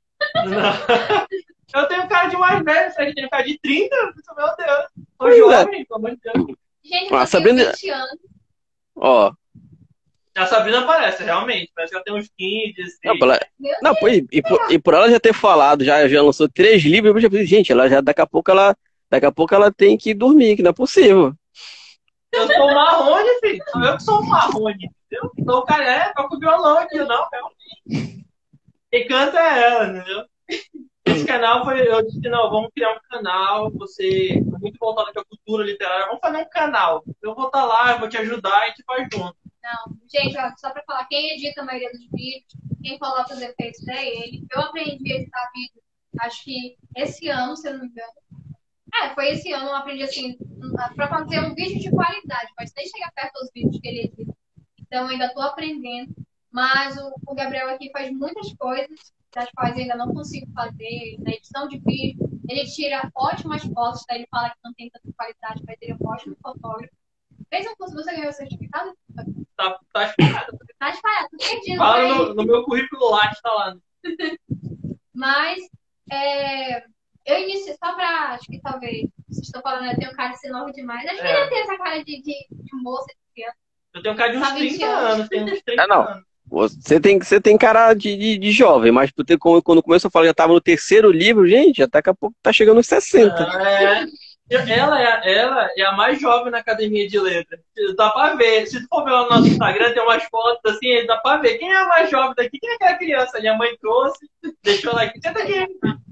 Não. Eu tenho cara de mais velho, você tem cara de trinta? Meu Deus. Tô Pois é. jovem, pelo amor de Deus. Gente, Ah, eu tenho Sabrina- vinte anos. Ó, A Sabrina parece, realmente. Parece que ela tem uns quinze, dezesseis. não, pela- Meu não, pô, e, e por, e por ela já ter falado, já, já lançou três livros, eu já pensei, gente, ela já daqui a pouco ela, daqui a pouco ela tem que dormir, que não é possível. Eu sou um marrone, filho. Sou eu que sou um marrone, entendeu? Então o cara é, toca o violão aqui, não, realmente. Quem canta é ela, entendeu? Esse canal foi, eu disse, não, vamos criar um canal, você é muito voltado com a cultura literária, vamos fazer um canal. Eu vou estar lá, eu vou te ajudar e a gente faz junto. Não, gente, ó, só pra falar, quem edita a maioria dos vídeos, quem coloca os efeitos é ele. Eu aprendi a editar vídeo, acho que esse ano, se eu não me engano. É, foi esse ano, eu aprendi assim, pra fazer um vídeo de qualidade, mas nem chegar perto dos vídeos que ele edita. Então, eu ainda tô aprendendo. Mas o, o Gabriel aqui faz muitas coisas, das quais eu ainda não consigo fazer. Na edição de vídeo, ele tira ótimas fotos, tá? Ele fala que não tem tanta qualidade, mas ele é um ótimo fotógrafo. Fez um curso, você ganhou o certificado? Tá, tá espalhado. Tá espalhado, tudo perdido. Fala Né? no, no meu currículo lá, que tá lá. Mas, é, eu iniciei, só pra, acho que talvez, vocês estão falando, eu tenho cara de ser nova demais. Acho que É. ainda tem essa cara de, de, de moça, de criança. Eu tenho cara de uns Tá vinte trinta anos. anos, tenho uns trinta Ah, não. anos. Você tem, você tem cara de, de, de jovem, mas por ter, como- quando começou a falar, já tava no terceiro livro, gente, já daqui a pouco tá chegando nos sessenta. É, ela, é, a- ela é a mais jovem na academia de letras. Dá pra ver. Se tu for ver lá no nosso Instagram, tem umas fotos assim, dá pra ver. Quem é a mais jovem daqui? Quem é aquela criança? Minha mãe trouxe, deixou ela aqui. Senta aqui.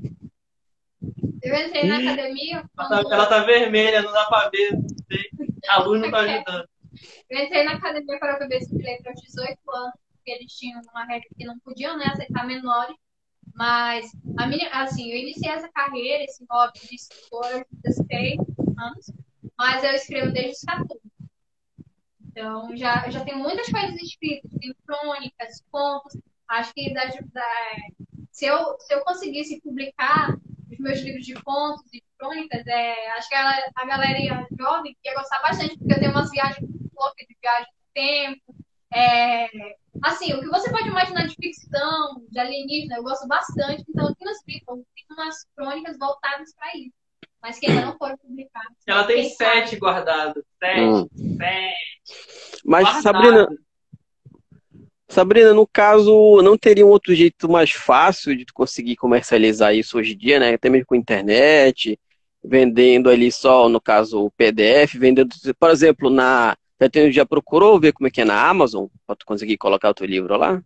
Eu entrei na academia Ela quando... tá, ela tá vermelha, não dá pra ver. Não sei. A luz não tá ajudando. Eu entrei na academia para o P B de Letras aos dezoito anos, porque eles tinham uma regra que não podiam, né, aceitar menores. Mas, a minha, assim, eu iniciei essa carreira, esse hobby de escritora aos dezesseis anos, mas eu escrevo desde os quatorze. Então, já, eu já tenho muitas coisas escritas, tenho crônicas, contos. Acho que da, da- se, eu, se eu conseguisse publicar os meus livros de contos e crônicas, é, acho que a, a galera ia- jovem ia gostar bastante, porque eu tenho umas viagens muito loucas de viagem no tempo. É, assim, o que você pode imaginar de ficção, de alienígena, eu gosto bastante. Então, aqui nos livros, tem umas crônicas voltadas para isso. mas que ainda não foram publicados. Ela tem Quem sete sabe? guardados. Sete, Hum. sete. Mas, Guardados. Sabrina, Sabrina, no caso, não teria um outro jeito mais fácil de tu conseguir comercializar isso hoje em dia, né? Até mesmo com internet, vendendo ali só, no caso, o P D F, vendendo, por exemplo, na. Já tem- já procurou ver como é que é na Amazon, para tu conseguir colocar o teu livro lá?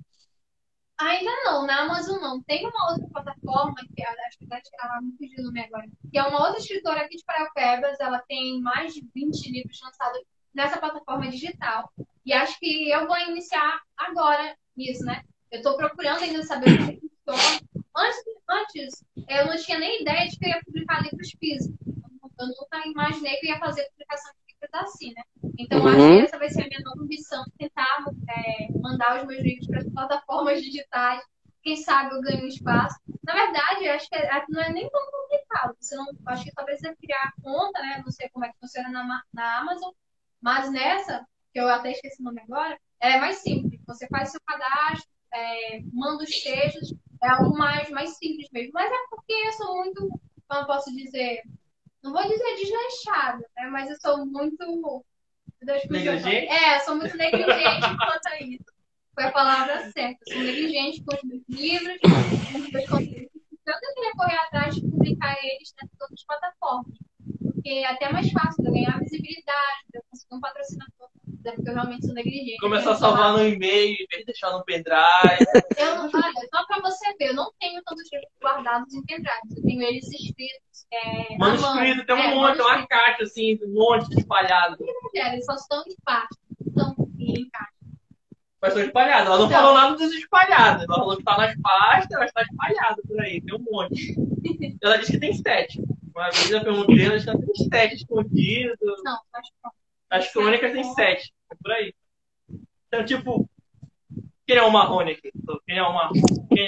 Ainda não, na Amazon não. Tem uma outra plataforma, que eu acho que ela me fugiu o nome agora, que é uma outra escritora aqui de Paraupebas, ela tem mais de vinte livros lançados nessa plataforma digital. E acho que eu vou iniciar agora nisso, né? Eu estou procurando ainda saber como é que funciona. Antes, antes, eu não tinha nem ideia de que eu ia publicar livros físicos. Eu nunca imaginei que eu ia fazer publicação de livros assim, né? Então, eu acho Uhum. que essa vai ser a minha nova ambição, tentar é, mandar os meus livros para as plataformas digitais. Quem sabe eu ganho um espaço. Na verdade, eu acho que é- não é nem tão complicado. Você não, acho que só precisa criar conta, né? Não sei como é que funciona na, Ma- na Amazon, mas nessa, que eu até esqueci o nome agora, ela é mais simples. Você faz seu cadastro, é, manda os textos, é algo mais, mais simples mesmo. Mas é porque eu sou muito, como eu posso dizer, não vou dizer desleixada, né? Mas eu sou muito. Deus me perdoe. Negligente? É, eu sou muito negligente quanto a isso. Foi a palavra certa. Eu sou negligente com os meus livros, com os meus conteúdos. Eu deveria correr atrás de publicar eles nessas outras plataformas. Porque é até mais fácil de eu ganhar visibilidade, de eu conseguir um patrocinador. É porque eu realmente sou negligente. Começar a Eu tenho salvar no e-mail, em vez de deixar no pendrive. eu não, olha, só pra você ver, eu não tenho tantos livros guardados em pendrives. Eu tenho eles escritos. É, à mão. Manuscrito, tem um É, monte, tem uma manuscrito. caixa assim, um monte espalhado. Mulher, eles só estão em parte. Estão em caixa. Mas estão espalhados. Ela não Então. falou nada dos espalhados. Ela falou que tá nas pastas, ela está espalhada por aí. Tem um monte. Ela disse que tem sete. Uma vez eu perguntei, ela disse que tem sete escondidos. Não, acho que não. As crônicas tem sete. É por aí. Então, tipo, quem é o Marrone aqui? Quem é o Marrone? Quem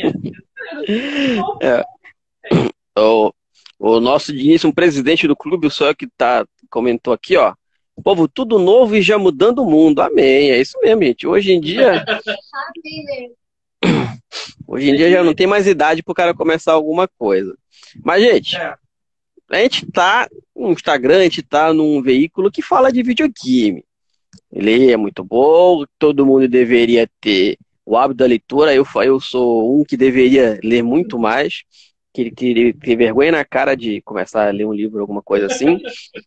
é? O, o nosso Diniz, um presidente do clube, o senhor que tá, comentou aqui, ó. Povo, tudo novo e já mudando o mundo. Amém. É isso mesmo, gente. Hoje em dia, Sabe mesmo. hoje em dia já não tem mais idade pro cara começar alguma coisa. Mas, gente, É. a gente tá no Instagram, a gente tá num veículo que fala de videogame. Ele é muito bom, todo mundo deveria ter o hábito da leitura. Eu, eu sou um que deveria ler muito mais, que teria ter vergonha na cara de começar a ler um livro, alguma coisa assim.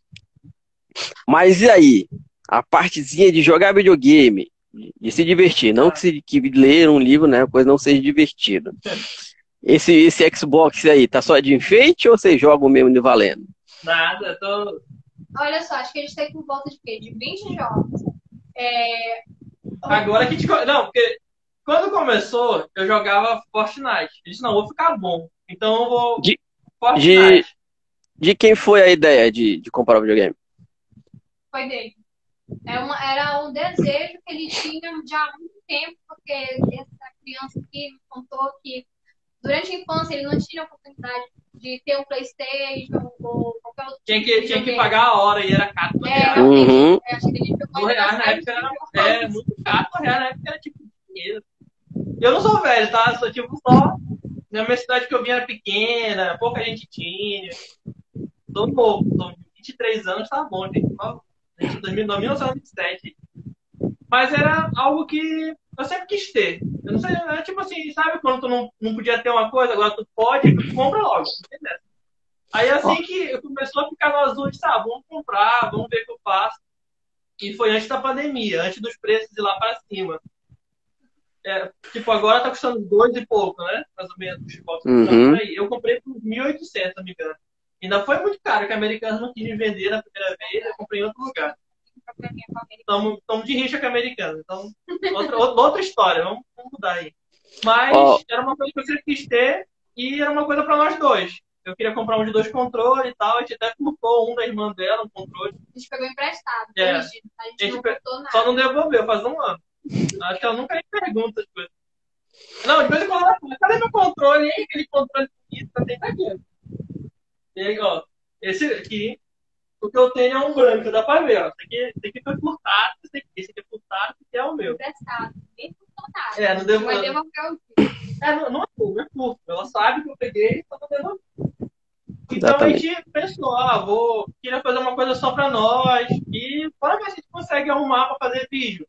Mas e aí? A partezinha de jogar videogame, de se divertir, não que, se, que ler um livro, né, a coisa não seja divertida. Esse, esse Xbox aí, tá só de enfeite ou vocês jogam mesmo de valendo? Nada, tô. Olha só, acho que a gente tem por volta de quê? De vinte jogos. É... Agora que te. Não, porque quando começou, eu jogava Fortnite. Eu disse, não, vou ficar bom. Então eu vou. De, Fortnite. de, de quem foi a ideia de, de comprar o videogame? Foi dele. É uma, era um desejo que ele tinha já há muito tempo, porque essa criança aqui me contou que durante a infância ele não tinha oportunidade de ter um PlayStation ou qualquer outro Tinha tipo que, de tinha que videogame. pagar a hora e era caro. É, reais. realmente. Uhum. Eu acho que ele pegou Do reais na época era é, muito caro, do reais na época era tipo dinheiro. Eu não sou velho, tá? Eu sou tipo só. Na minha cidade que eu vim era pequena, pouca gente tinha. Tô novo, tô vinte e três anos, tá bom, gente. dois mil e nove, mil novecentos e vinte e sete. Mas era algo que eu sempre quis ter. Eu não sei, é tipo assim, sabe quando tu não, não podia ter uma coisa, agora tu pode, tu compra logo. Entendeu? Aí assim que eu começou a ficar no azul, eu disse, ah, vamos comprar, vamos ver o que eu faço. E foi antes da pandemia, antes dos preços ir lá para cima. É, tipo, agora tá custando dois e pouco, né? Mais ou menos, os Xbox Uhum. por aí. Eu comprei por mil e oitocentos, se não me engano. Ainda foi muito caro, que a americana não quis me vender na primeira vez, eu comprei em outro lugar. Estamos de rixa com a americana. Então, outra, outra história, vamos, vamos mudar aí. Mas Oh. era uma coisa que eu sempre quis ter e era uma coisa para nós dois. Eu queria comprar um de dois controles e tal. A gente até comprou um da irmã dela, um controle. A gente pegou emprestado. É. Corrigido. A gente, A gente não pe- botou nada. Só não devolveu, faz um ano. Acho que ela nunca me pergunta as coisas. Não, de vez em quando ela fala, cadê meu controle? E aí, aquele controle bonito, tá sempre aqui. E aí, ó, esse aqui, o que eu tenho é um branco, dá pra ver, ó. Esse aqui, esse aqui foi furtado, esse aqui, esse aqui é furtado, esse aqui é o meu. Emprestado. Nem botou nada. É, não devo- Vai devolver o quê? É, não, não é furto, é furto. Ela sabe que eu peguei, só não devolvi. Então a Exatamente. gente pensou, ah, vou, queria fazer uma coisa só pra nós e bora ver se a gente consegue arrumar pra fazer vídeo.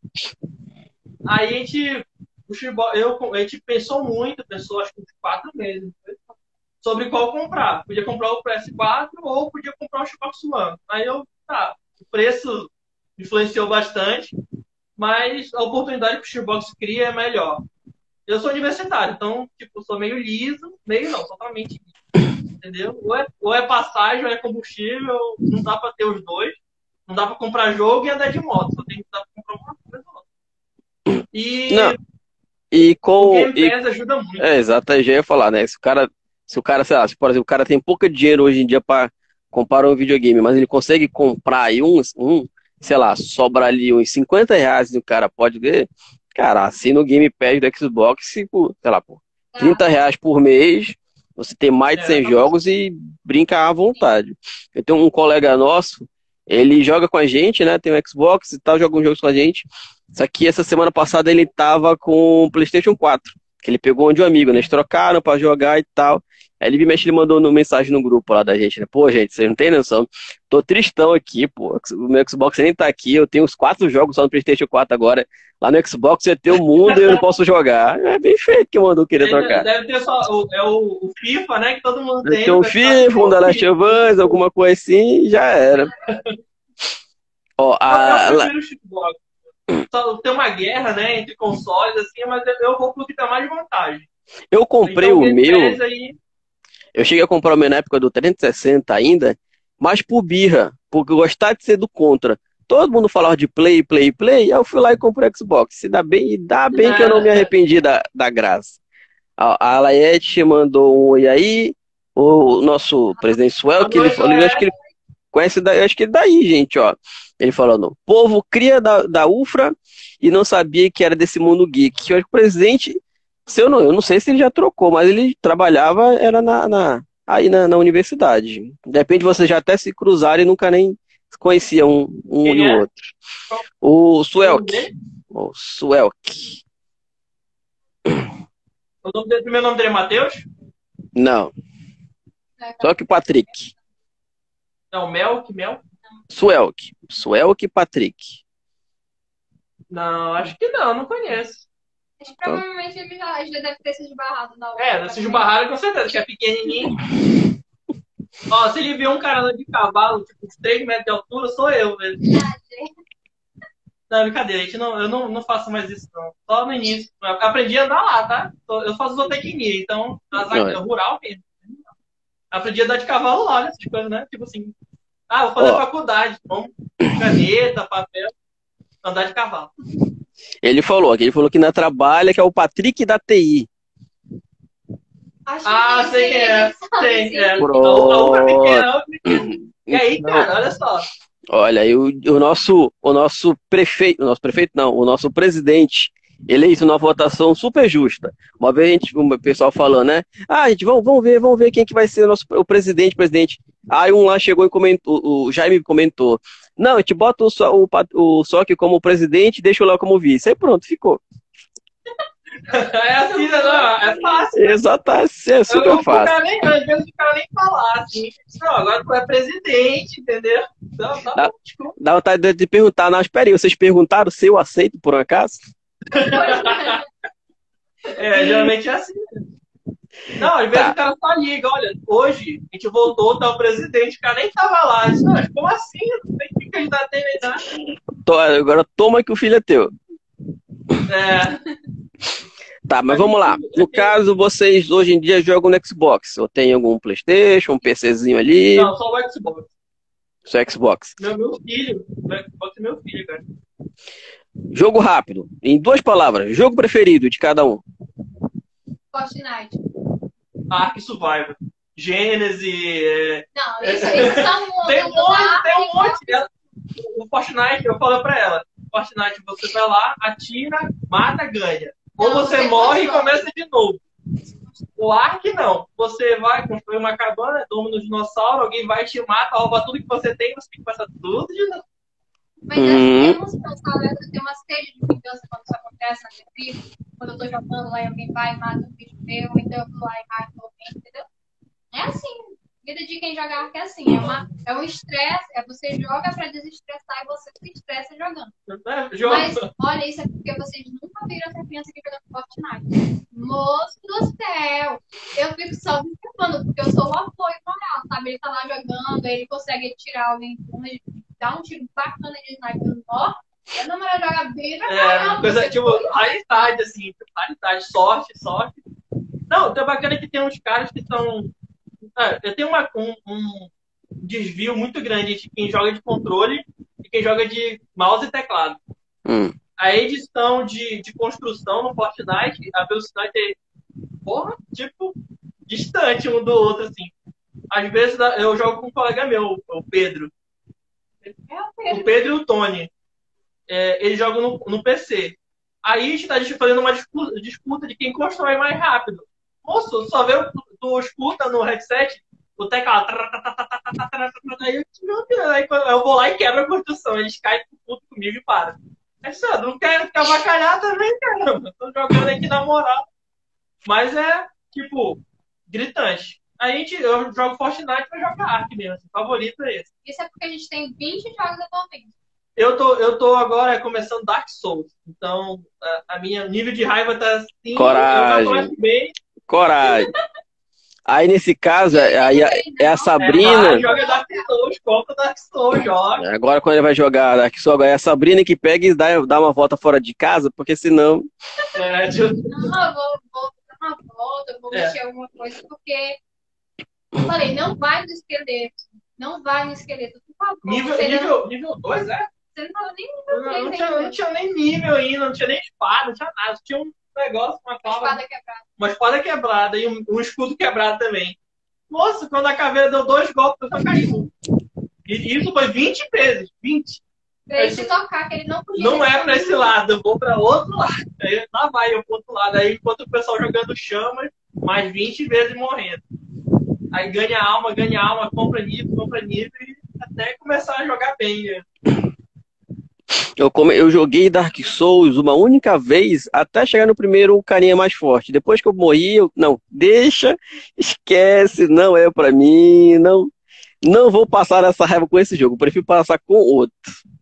Aí a gente, o Xbox, eu, a gente pensou muito, pensou acho que uns quatro meses, sobre qual comprar. Podia comprar o P S quatro ou podia comprar o Xbox One. Aí eu, tá, o preço influenciou bastante, mas a oportunidade que o Xbox cria é melhor. Eu sou universitário, então, tipo, sou meio liso, meio não, totalmente liso, entendeu? Ou é, ou é passagem, ou é combustível, não dá pra ter os dois. Não dá pra comprar jogo e andar de moto, só tem que dar pra comprar uma coisa ou outra. Não, E e o com. Game E, Pass ajuda muito. é, exato, eu já ia falar, né? Se o cara, se o cara, sei lá, se, por exemplo, o cara tem pouco dinheiro hoje em dia pra comprar um videogame, mas ele consegue comprar aí um, um, sei lá, sobra ali uns cinquenta reais e o cara pode ver, cara, assina o Game Pass do Xbox e, por, sei lá, por trinta reais por mês, você tem mais de É, cem tá bom. jogos e brinca à vontade. Eu tenho um colega nosso, ele joga com a gente, né? Tem um Xbox e tal, joga uns jogos com a gente. Só que essa semana passada ele tava com o PlayStation quatro, que ele pegou um de um amigo, né? Eles trocaram pra jogar e tal. Aí ele me mexe, ele mandou uma mensagem no grupo lá da gente, né? Pô, gente, vocês não têm noção. Tô tristão aqui, pô. O meu Xbox nem tá aqui. Eu tenho uns quatro jogos só no PlayStation quatro agora. Lá no Xbox eu tenho o mundo e eu não posso jogar. É bem feito que mandou querer Ele trocar. deve ter só o, é o, o FIFA, né? Que todo mundo Eu tem tenho no um P S quatro. FIFA, um da Last of Us, alguma coisa assim, e já era. Ó, Eu, eu a, prefiro o Xbox. Só tem uma guerra, né? Entre consoles, assim, mas eu, eu vou pro que dá mais vantagem. eu comprei Então o o Game meu. Pass aí. Eu cheguei a comprar o meu na época do trezentos e sessenta ainda, mas por birra, porque eu gostava de ser do contra. Todo mundo falava de Play, Play, Play, aí eu fui lá e comprei o Xbox. Se dá bem, e dá bem que eu não me É, arrependi da, da graça. A, a Laete mandou um oi aí, o nosso presidente Suel, boa que ele noite, falou, eu acho que Laerte. ele conhece, da, eu acho que ele daí, gente, ó. Ele falando, povo cria da, da UFRA e não sabia que era desse mundo geek. Que eu acho que o presidente, se eu não, eu não sei se ele já trocou, mas ele trabalhava, era na, na- aí na, na universidade. De repente vocês já até se cruzaram e nunca nem conheciam um, um e Quem o é? outro. O O nome Suelk. dele? O Suelk. O nome dele, primeiro nome dele é Matheus? Não, só que o Patrick. Não, Mel, que Mel? Suelk. Suelk e Patrick. Não, acho que não, não conheço. Acho que provavelmente ele já, já deve ter se esbarrado na outra. É, se esbarraram com certeza, que é pequenininho. Ó, se ele vê um cara andando de cavalo, tipo, uns três metros de altura, sou eu, velho. Não, brincadeira, a gente não, eu não, não faço mais isso, não. Só no início. Eu aprendi a andar lá, tá? Eu faço zootecnia, então, nas Olha. áreas rural mesmo. Aprendi a andar de cavalo lá, essas coisas, né? Tipo assim, ah, vou fazer Ó. faculdade. Vamos, caneta, papel, andar de cavalo. Ele falou, aqui ele falou que na trabalha, que é o Patrick da T I. Acho Ah, que sei quem é. ele sabe, Sei, sim. é. A Pronto. outra pequena, a outra pequena. E aí, Então, cara, olha só. olha, e o, o nosso, o nosso prefeito, o nosso prefeito não, o nosso presidente, eleito numa votação super justa. Uma vez a gente, o pessoal falando, né? Ah, gente, vamos, vamos ver, vamos ver quem que vai ser o nosso o presidente, presidente. Aí um lá chegou e comentou, o Jaime comentou, não, a gente bota o, só, o, Pat- o Sock como presidente e deixa o Léo como vice. Aí pronto, ficou. É assim, né? Não, é fácil. Exatamente, é Eu, super eu, o fácil. cara nem, às vezes o cara nem falar assim. Não, agora tu é presidente, entendeu? Então, tá Dá, bom, desculpa. dá vontade de de perguntar, não, espera aí, vocês perguntaram se eu aceito por um acaso? É, geralmente é assim. Não, às vezes Tá. o cara só liga, olha, hoje a gente voltou, tá o presidente, o cara nem tava lá. Eu disse, não, mas como assim? Não tem que candidato nem nada. To- Agora toma que o filho é teu. É, Tá, mas vamos lá. No caso, vocês hoje em dia jogam no Xbox? Ou tem algum PlayStation, um PCzinho ali? não, só o Xbox. Só Xbox. Meu, meu filho, o Xbox é meu filho, cara. Jogo rápido. Em duas palavras. Jogo preferido de cada um. Fortnite. Ark Survivor. Gênese. É... Não, isso, isso tá um Tem um outro monte, lugar. tem um monte. Ela- O Fortnite, eu falo pra ela, Fortnite, você vai lá, atira, mata, ganha. Ou Não, você você morre e constrói. começa de novo. O Ark não. Você vai construir uma cabana, dorme no dinossauro, alguém vai te mata, rouba tudo que você tem, você tem que passar tudo de novo. Mas Hum. eu não sei pensar, né? Eu tenho uma sede de vingança quando isso acontece na minha vida. Quando eu tô jogando lá e alguém vai e mata um bicho meu, então eu vou lá e mato alguém, entendeu? É assim. vida de quem joga arco é assim, é, uma, é um estresse, é você joga pra desestressar e você se estressa jogando. Mas, olha, isso é porque vocês nunca viram essa criança aqui jogando Fortnite. Moço do céu! Eu fico só observando, porque eu sou o apoio moral, sabe? Ele tá lá jogando, aí ele consegue tirar alguém, dar um tiro bacana de sniper, ó. Eu não vou jogar bem pra caramba. É, coisa tipo, raridade, assim, raridade, sorte, sorte. Não, tem bacana que tem uns caras que são. É, eu tenho uma, um, um desvio muito grande entre quem joga de controle e quem joga de mouse e teclado. Hum. A edição de, de construção no Fortnite, a velocidade é, porra, tipo, distante um do outro, assim. Às vezes eu jogo com um colega meu, o Pedro. É o Pedro. O Pedro e o Tony. É, eles jogam no, no P C. Aí a gente tá fazendo uma disputa, disputa de quem constrói mais rápido. Moço, só vê, tu escuta no headset o teclado. Aí eu, meu Deus, aí eu vou lá e quebro a construção. Eles caem puto comigo e param. É só, não quero ficar bacalhado também, caramba. Tô jogando aqui na moral. Mas é, tipo, gritante. Aí a gente, eu jogo Fortnite pra jogar Ark mesmo. Assim, favorito é esse. Isso é porque a gente tem vinte jogos atualmente. Eu tô, eu tô agora começando Dark Souls. Então, a, a minha nível de raiva tá assim. Coragem. Eu já começo bem. Coragem. Aí, nesse caso, aí é a Sabrina. É, joga Dark Souls, compra Dark Souls, joga. Agora, quando ele vai jogar Dark Souls, agora é a Sabrina que pega e dá, dá uma volta fora de casa, porque senão. É, eu... Não, eu vou, vou dar uma volta, eu vou É. mexer alguma coisa, porque eu falei, não vai no esqueleto. Não vai no esqueleto. Por favor. Nível Você nível, não, nível dois, é? você não tava nem Não, nível não, três tinha, ainda. não tinha nem nível ainda, não tinha nem espada, não tinha nada. Tinha um negócio, uma A clava, espada quebrada. uma espada quebrada e um, um escudo quebrado também. Nossa, quando a caveira deu dois golpes, eu só caí. E isso foi vinte vezes. vinte. Pra ele se tocar, que ele não podia. Não é pra esse lado, eu vou pra outro lado. Aí lá vai eu pro outro lado. Aí enquanto o pessoal jogando chamas, mais vinte vezes morrendo. Aí ganha alma, ganha alma, compra nível, compra nível e até começar a jogar bem, né? Eu, come... eu joguei Dark Souls uma única vez até chegar no primeiro carinha mais forte. Depois que eu morri, eu. Não, deixa, esquece, não é pra mim, não. Não vou passar essa raiva com esse jogo, prefiro passar com outro.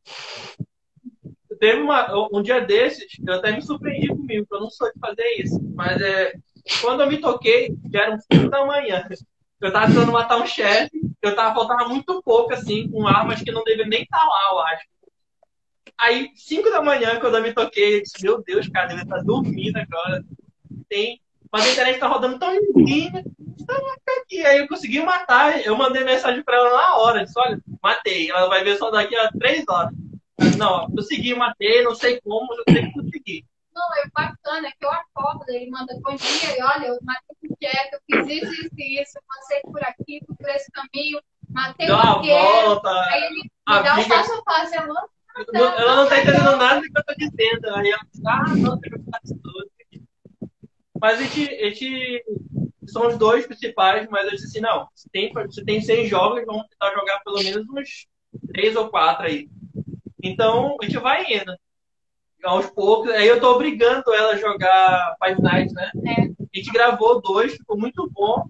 Teve uma, um dia desses, eu até me surpreendi comigo, porque eu não sou de fazer isso. Mas é, quando eu me toquei, já eram cinco da manhã. Eu tava tentando matar um chefe, eu tava faltando muito pouco, assim, com armas que não deveriam nem estar lá, eu acho. Aí, cinco da manhã, quando eu me toquei, eu disse, meu Deus, cara, deve estar dormindo agora. Tem... Mas a internet tá rodando tão lindinha. E aí eu consegui matar. Eu mandei mensagem pra ela na hora. Disse, olha, matei. Ela vai ver só daqui a três horas. Mas, não, consegui, matei, não sei como, mas eu sei que consegui. Não, é bacana, é que eu acordo, ele manda bom dia, e olha, eu matei o Jack, eu fiz isso, isso e isso, eu passei por aqui, por esse caminho, matei Deu o uma arqueiro. volta. Aí ele me A dá um briga- passo a passo, eu vou. Não- Ela não tá entendendo nada do que eu tô dizendo. Aí ela disse, ah, não, tem que fazer isso tudo. Mas a gente, a gente são os dois principais, mas eu disse assim, não, se tem, se tem seis jogos, vamos tentar jogar pelo menos uns três ou quatro aí. Então, a gente vai indo. Aos poucos. Aí eu tô obrigando ela a jogar Five Nights, né? É. A gente gravou dois, ficou muito bom.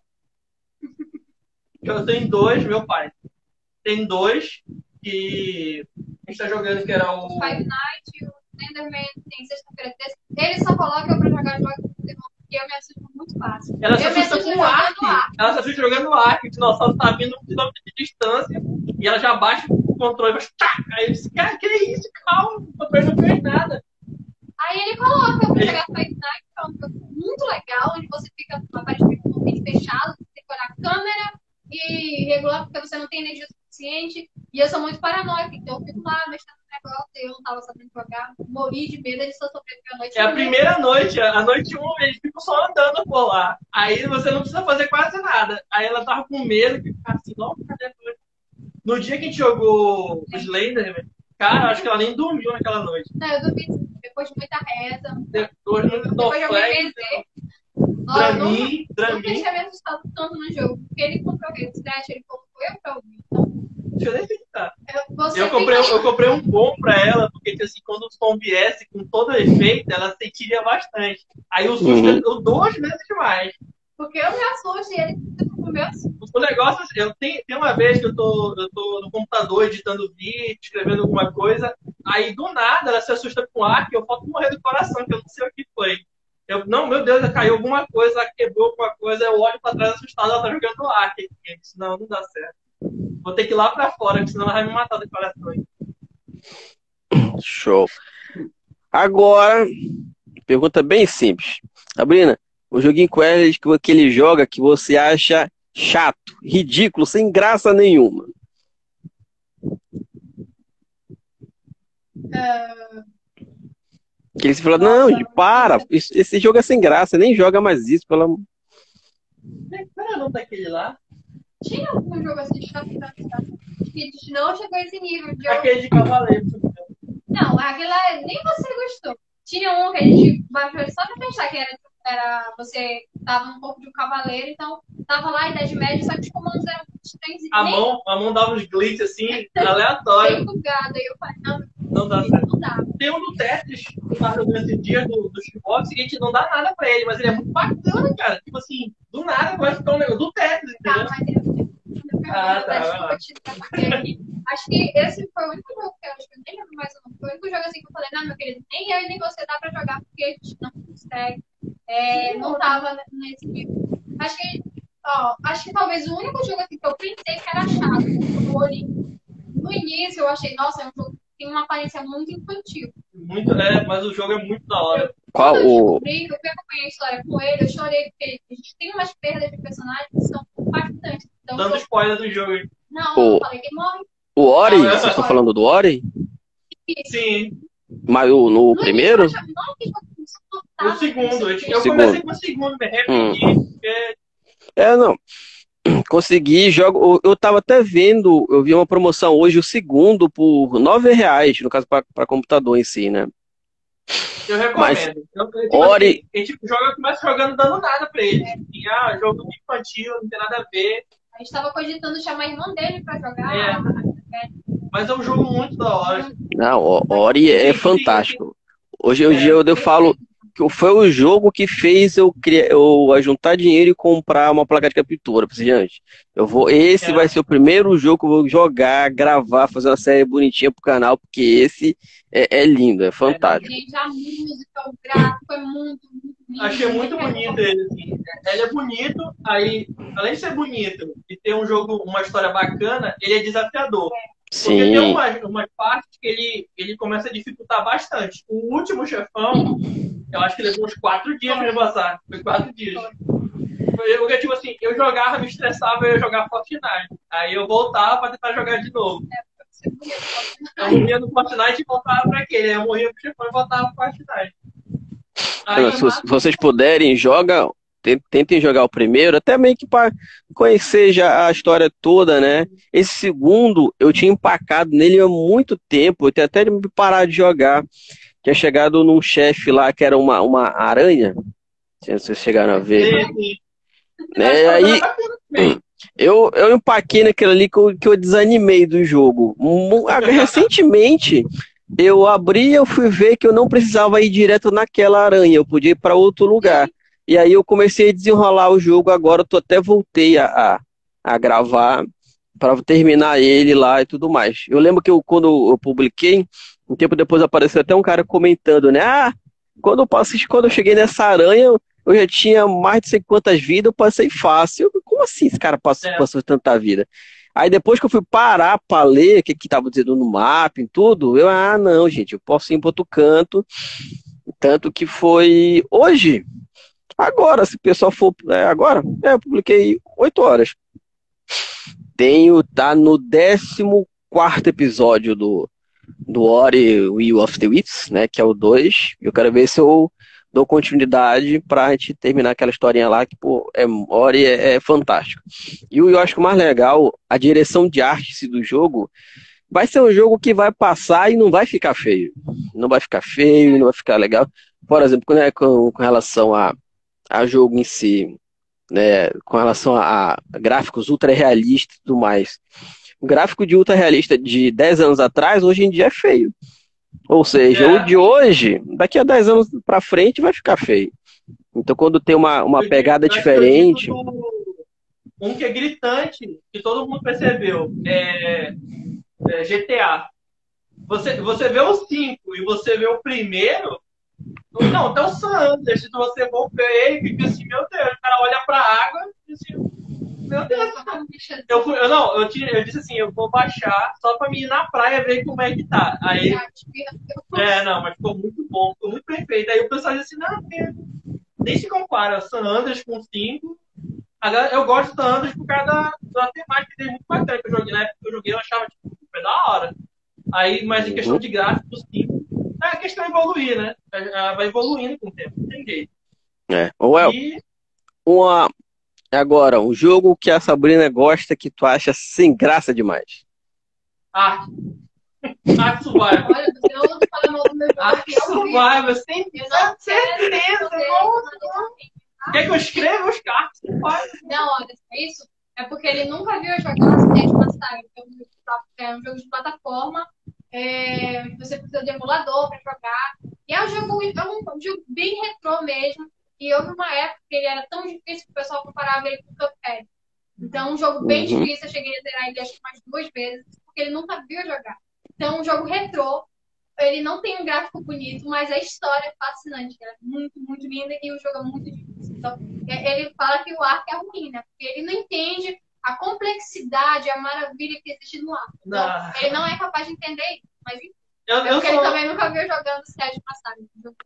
Eu tenho dois, meu pai. Tem dois que a gente tá jogando, que era o... Five Nights, o Enderman, tem sexta-feira treze. Ele só coloca pra jogar jogos de terror, porque eu me assusto muito fácil. Ela se eu me assusta assusto com o Ark. jogando Ark. Ela se assusta jogando o Ark. O dinossauro tá vindo um quilômetro de distância e ela já baixa o controle e vai... Aí eu disse, cara, que é isso? Calma, o controle não fez nada. Aí ele coloca pra jogar Five Nights, que é um jogo muito legal, onde você fica aparentemente com o vídeo fechado, você tem que olhar a câmera e regular, porque você não tem energia suficiente. E eu sou muito paranoica, então eu fico lá mexendo no negócio e eu não tava sabendo jogar. Morri de medo, ele só sobreviveu a noite. É a primeira noite, a noite um, eles ficam só andando por lá. Aí você não precisa fazer quase nada. Aí ela tava com medo de ficar assim, não, cadê a noite? No dia que a gente jogou o Slender, cara, acho que ela nem dormiu naquela noite. Não, eu dormi depois de muita reza. Depois no Depois eu me Flex, vencer. Olha, eu nunca, Dramin, nunca Dramin. tinha me assustado tanto no jogo. Porque ele comprou o headset, ele colocou eu pra ouvir. Então, Deixa eu nem acreditar. eu, você Eu comprei, fica- eu comprei um bom pra ela, porque assim, quando o som viesse com todo efeito, ela sentiria bastante. Aí o susto Uhum. eu duas vezes mais. Porque eu me assusto e ele fica com o meu assusto. O O negócio, assim, eu tenho, tem uma vez que eu tô, eu tô no computador editando vídeo, escrevendo alguma coisa, aí do nada ela se assusta com o ar, que eu falto morrer do coração, que eu não sei o que foi. Eu, não, meu Deus, caiu alguma coisa, ela quebrou alguma coisa, eu olho pra trás assustado, ela tá jogando ar. Eu disse, não, não dá certo. Vou ter que ir lá pra fora, porque senão ela vai me matar do coração. Show. Agora, pergunta bem simples. Sabrina, o joguinho Quest que que ele joga que você acha chato, ridículo, sem graça nenhuma. Ah, Que ele se fala, não, gente, para, esse esse jogo é sem graça, nem joga mais isso, pelo amor. Qual era o nome daquele lá? tinha algum jogo assim chato, chato, chato. Acho que a gente não chegou a esse nível de eu... Aquele de cavaleiro. Não, aquele lá nem você gostou. Tinha um que a gente baixou só pra testar, que era, era você tava no corpo de um cavaleiro, então tava lá a Idade Média, só que os comandos eram estranhos e A nem mão, a mão dava uns glitches assim, bem aleatório. bugado. Aí eu falei, não, Não dá certo. não dá. Tem um do Tetris, que eu tava jogando esse dia do, do Xbox, e a gente não dá nada pra ele, mas ele é muito bacana, cara. Tipo assim, do nada vai ficar um negócio do Tetris, entendeu? Tá, mas eu... Ah, tá, vai Desculpa lá. te atrapalhar aqui. Acho que esse foi o único jogo que eu acho que eu nem lembro mais o nome. Foi o único jogo assim que eu falei, não, meu querido, nem eu e nem você dá pra jogar porque a gente não consegue. É, não tava nesse nível. Acho que, ó, acho que talvez o único jogo assim que eu pensei que era chato foi o Oli. No início eu achei, nossa, é um jogo que tem uma aparência muito infantil. Muito, é, mas o jogo é muito da hora. Qual Quando eu o. descobri, que eu fui acompanhar a história com ele, eu chorei porque a gente tem umas perdas de personagens que são impactantes. Então, Dando eu... spoiler do jogo aí. não, O- eu falei que ele morre. O Ori? Ah, é? Vocês estão falando do Ori? Sim, Mas o, no No primeiro? início eu achava, "Nossa, que jogo insuportável, o segundo. Eu, não sei o eu quê." comecei com o segundo, me arrependi, porque É, não. Consegui, jogo. Eu eu tava até vendo, eu vi uma promoção hoje, o segundo, por nove reais, no caso, para computador em si, né? eu Mas recomendo. Eu, eu, tipo, Ori. assim, a gente joga, começa jogando dando nada pra ele. Assim, ah, jogo infantil, não tem nada a ver. A gente tava cogitando chamar a irmã dele pra jogar. É. Mas é um jogo muito da hora. Não, o- Ori é fantástico. Hoje em dia eu, eu falo que foi o jogo que fez eu, criar, eu juntar dinheiro e comprar uma placa de captura. Pra gente, eu vou, esse É. vai ser o primeiro jogo que eu vou jogar, gravar, fazer uma série bonitinha pro canal, porque esse é, é lindo, é fantástico. Gente, a música, o gráfico é muito, muito lindo. Achei muito bonito ele, assim. Ele é bonito, aí, além de ser bonito e ter um jogo, uma história bacana, ele é desafiador. Porque tem Sim, umas, umas partes que ele, ele começa a dificultar bastante. O último chefão, eu acho que levou uns quatro dias pra me passar. Foi quatro dias. Foi- Porque, tipo assim, eu jogava, me estressava, eu ia jogar Fortnite. Aí eu voltava pra tentar jogar de novo. Você bonito, Eu morria no Fortnite e voltava pra aquele. Aí eu morria pro chefão e voltava pro Fortnite. Aí, se se vocês puderem, joga, te- tentem jogar o primeiro, até meio que para conhecer já a história toda, né? Esse segundo, eu tinha empacado nele há muito tempo, eu tenho até de me parar de jogar. Tinha chegado num chefe lá que era uma, uma aranha, não sei se vocês chegaram a ver, Sim. né? Aí eu, eu empaquei naquele ali que eu, que eu desanimei do jogo. Mu- Recentemente, eu abri e eu fui ver que eu não precisava ir direto naquela aranha, eu podia ir para outro lugar. E aí eu comecei a desenrolar o jogo, agora eu tô, até voltei a, a, a gravar para terminar ele lá e tudo mais. Eu lembro que eu, quando eu publiquei, um tempo depois apareceu até um cara comentando, né? Ah, quando eu, passei, quando eu cheguei nessa aranha, eu, eu já tinha mais de sei quantas vidas, eu passei fácil. Eu, como assim esse cara passou, É. passou tanta vida? Aí depois que eu fui parar para ler o que que estava dizendo no mapa e tudo, eu, ah, não, gente, eu posso ir para outro canto. Tanto que foi hoje, agora, se o pessoal for, é, agora, é, eu publiquei oito horas. Tenho, tá no décimo quarto episódio do, do Ori Will of the Wisps, né, que é o dois. Eu quero ver se eu dou continuidade pra gente terminar aquela historinha lá, que, pô, é, Ori é, é fantástico. E o- eu acho que o mais legal, a direção de arte do jogo, vai ser um jogo que vai passar e não vai ficar feio. Não vai ficar feio, não vai ficar legal. Por exemplo, né, com, com relação a, a jogo em si, né, com relação a, a gráficos ultra realistas e tudo mais. O gráfico de ultra realista de dez anos atrás, hoje em dia é feio. Ou seja, É. o de hoje, daqui a dez anos pra frente, vai ficar feio. Então, quando tem uma, uma Eu pegada digo- eu acho que eu diferente. digo do- Um que é gritante, que todo mundo percebeu, é, é G T A. Você, você vê o cinco e você vê o primeiro, não, até o San Andreas, se você for ver, fica assim, meu Deus, o cara olha pra água e assim, meu Deus. Eu, fui, eu, não, eu, tinha, eu disse assim, eu vou baixar só pra mim ir na praia ver como é que tá. Aí, é, não, mas ficou muito bom, ficou muito perfeito. Aí o pessoal disse assim, não, nem se compara San Andreas com cinco. Agora, eu gosto do San Andreas por causa da, da temática dele muito bacana que eu joguei. Na época que eu joguei, eu achava tipo, foi da hora. Aí, mas em questão de gráfico, cinco, é a questão de evoluir, né? Ela vai evoluindo com o tempo, não tem jeito. É. Well, E, uma... Agora, um jogo que a Sabrina gosta que tu acha sem graça demais. Ark. Ark Survival. Olha, você não fala mal do meu jogo. Ark que eu vi. Survival, sem Eu não quero certeza. poder Nossa. fazer Quer que eu escreva os Ark Survival? Não, olha, isso é porque ele nunca viu eu jogar uma sétima saga. Então, é um jogo de plataforma. É, você precisa de emulador para jogar. E é um jogo, é um jogo bem retrô mesmo. E houve uma época que ele era tão difícil que o pessoal comparava ele com o Cuphead. Então, um jogo bem Uhum. difícil. Eu cheguei a zerar ele acho que mais duas vezes, porque ele nunca viu eu jogar. Então, um jogo retrô. Ele não tem um gráfico bonito, mas a história é fascinante. Ela é muito, muito linda e o jogo é muito difícil. Então, ele fala que o Ark é ruim, né? Porque ele não entende a complexidade, a maravilha que existe no Ark. Então, Não. ele não é capaz de entender isso. Mas enfim, Eu, é eu porque sou... ele também nunca viu jogando série passada.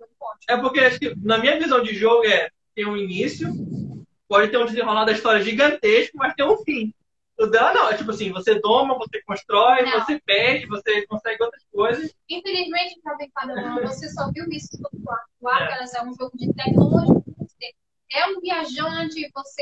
É porque acho que, na minha visão de jogo, é tem um início, pode ter um desenrolar da história gigantesco, mas tem um fim. O dela não, é tipo assim, você doma, você constrói, Não. você perde, você consegue outras coisas. Infelizmente, Jovem Padawan, você só viu isso no Ark. O Ark é. é um jogo de tecnologia. Você é um viajante, você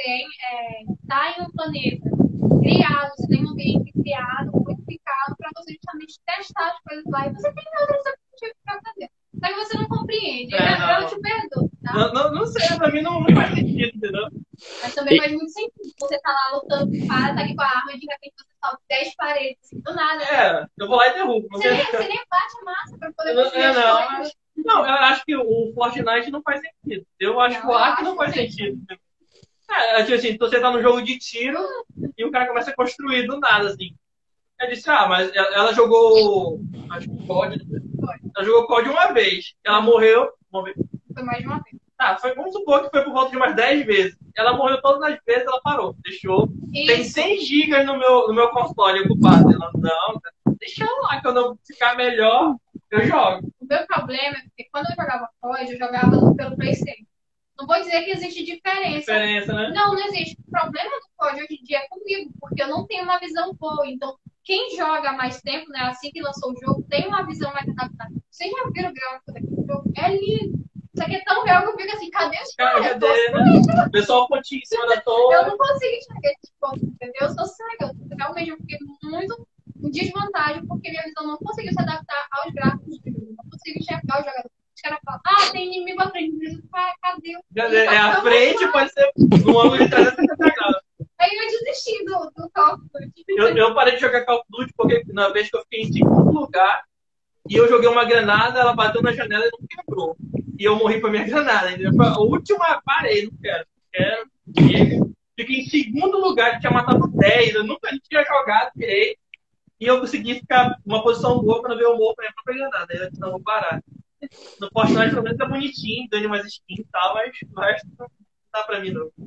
está é, em um planeta criado, você tem um ambiente criado, modificado, para você justamente testar as coisas lá. E você tem outros objetivos para fazer. Só que você não compreende. É, eu, não. eu te perdoo, tá? Não, não, não sei, pra mim não, não faz sentido, entendeu? Mas também faz muito sentido. Você tá lá lutando com o cara, tá aqui com a arma e de repente você salta dez paredes, assim, do nada. É, eu vou lá e derrubo. Não Você nem, quero- você nem bate a massa pra poder Eu não- construir é, as não, coisas. Não, eu acho que o Fortnite não faz sentido. Eu acho Não, que o eu Ark acho não faz que sim. sentido. É, é tipo assim, você tá num jogo de tiro e o cara começa a construir do nada, assim. Eu disse, ah, mas ela ela jogou. Acho que C O D. Ela jogou C O D uma vez. Ela morreu. Uma vez. Foi mais de uma vez. Tá, foi, vamos supor que foi por volta de umas dez vezes. Ela morreu todas as vezes, ela parou. Deixou. Tem Isso. cem gigas no meu, no meu console ocupado. Ela, não, cara, deixa lá, quando eu ficar melhor, eu jogo. O meu problema é porque quando eu jogava C O D, eu jogava no- pelo PlayStation. Não vou dizer que existe diferença. Diferença, né? Não, não existe. O problema do C O D hoje em dia é comigo, porque eu não tenho uma visão boa. Então, quem joga há mais tempo, né, assim que lançou o jogo, tem uma visão mais adaptada. Vocês já viram o gráfico daquele jogo? É lindo. Isso aqui é tão real que eu fico assim, cadê os Cara, caras? cadê, né? O pessoal pontinho em cima da Eu torre. não consigo enxergar esse ponto, entendeu? Eu sou cega. Eu realmente eu fiquei muito em desvantagem porque minha visão não conseguiu se adaptar aos gráficos do jogo. Não consigo enxergar os jogadores. Os caras falam, ah, tem inimigo à frente. Eu digo, "Ah, cadê? Cadê? É a frente, pode ser no ângulo de trezentos e sessenta graus. Aí eu desisti do, do Call of Duty. Eu, eu parei de jogar Call of Duty porque na vez que eu fiquei em segundo lugar e eu joguei uma granada, ela bateu na janela e não quebrou. E eu morri com a minha granada. Entendeu? Foi a última, parei, não quero. Não quero. Chega. Fiquei em segundo lugar, que tinha matado dez. Eu nunca tinha jogado direito. E eu consegui ficar numa posição boa quando eu morro com a minha própria granada. Aí eu disse, não, vou parar. No Fortnite pelo menos é bonitinho, ganha mais skin e tal, mas o resto não dá pra mim não.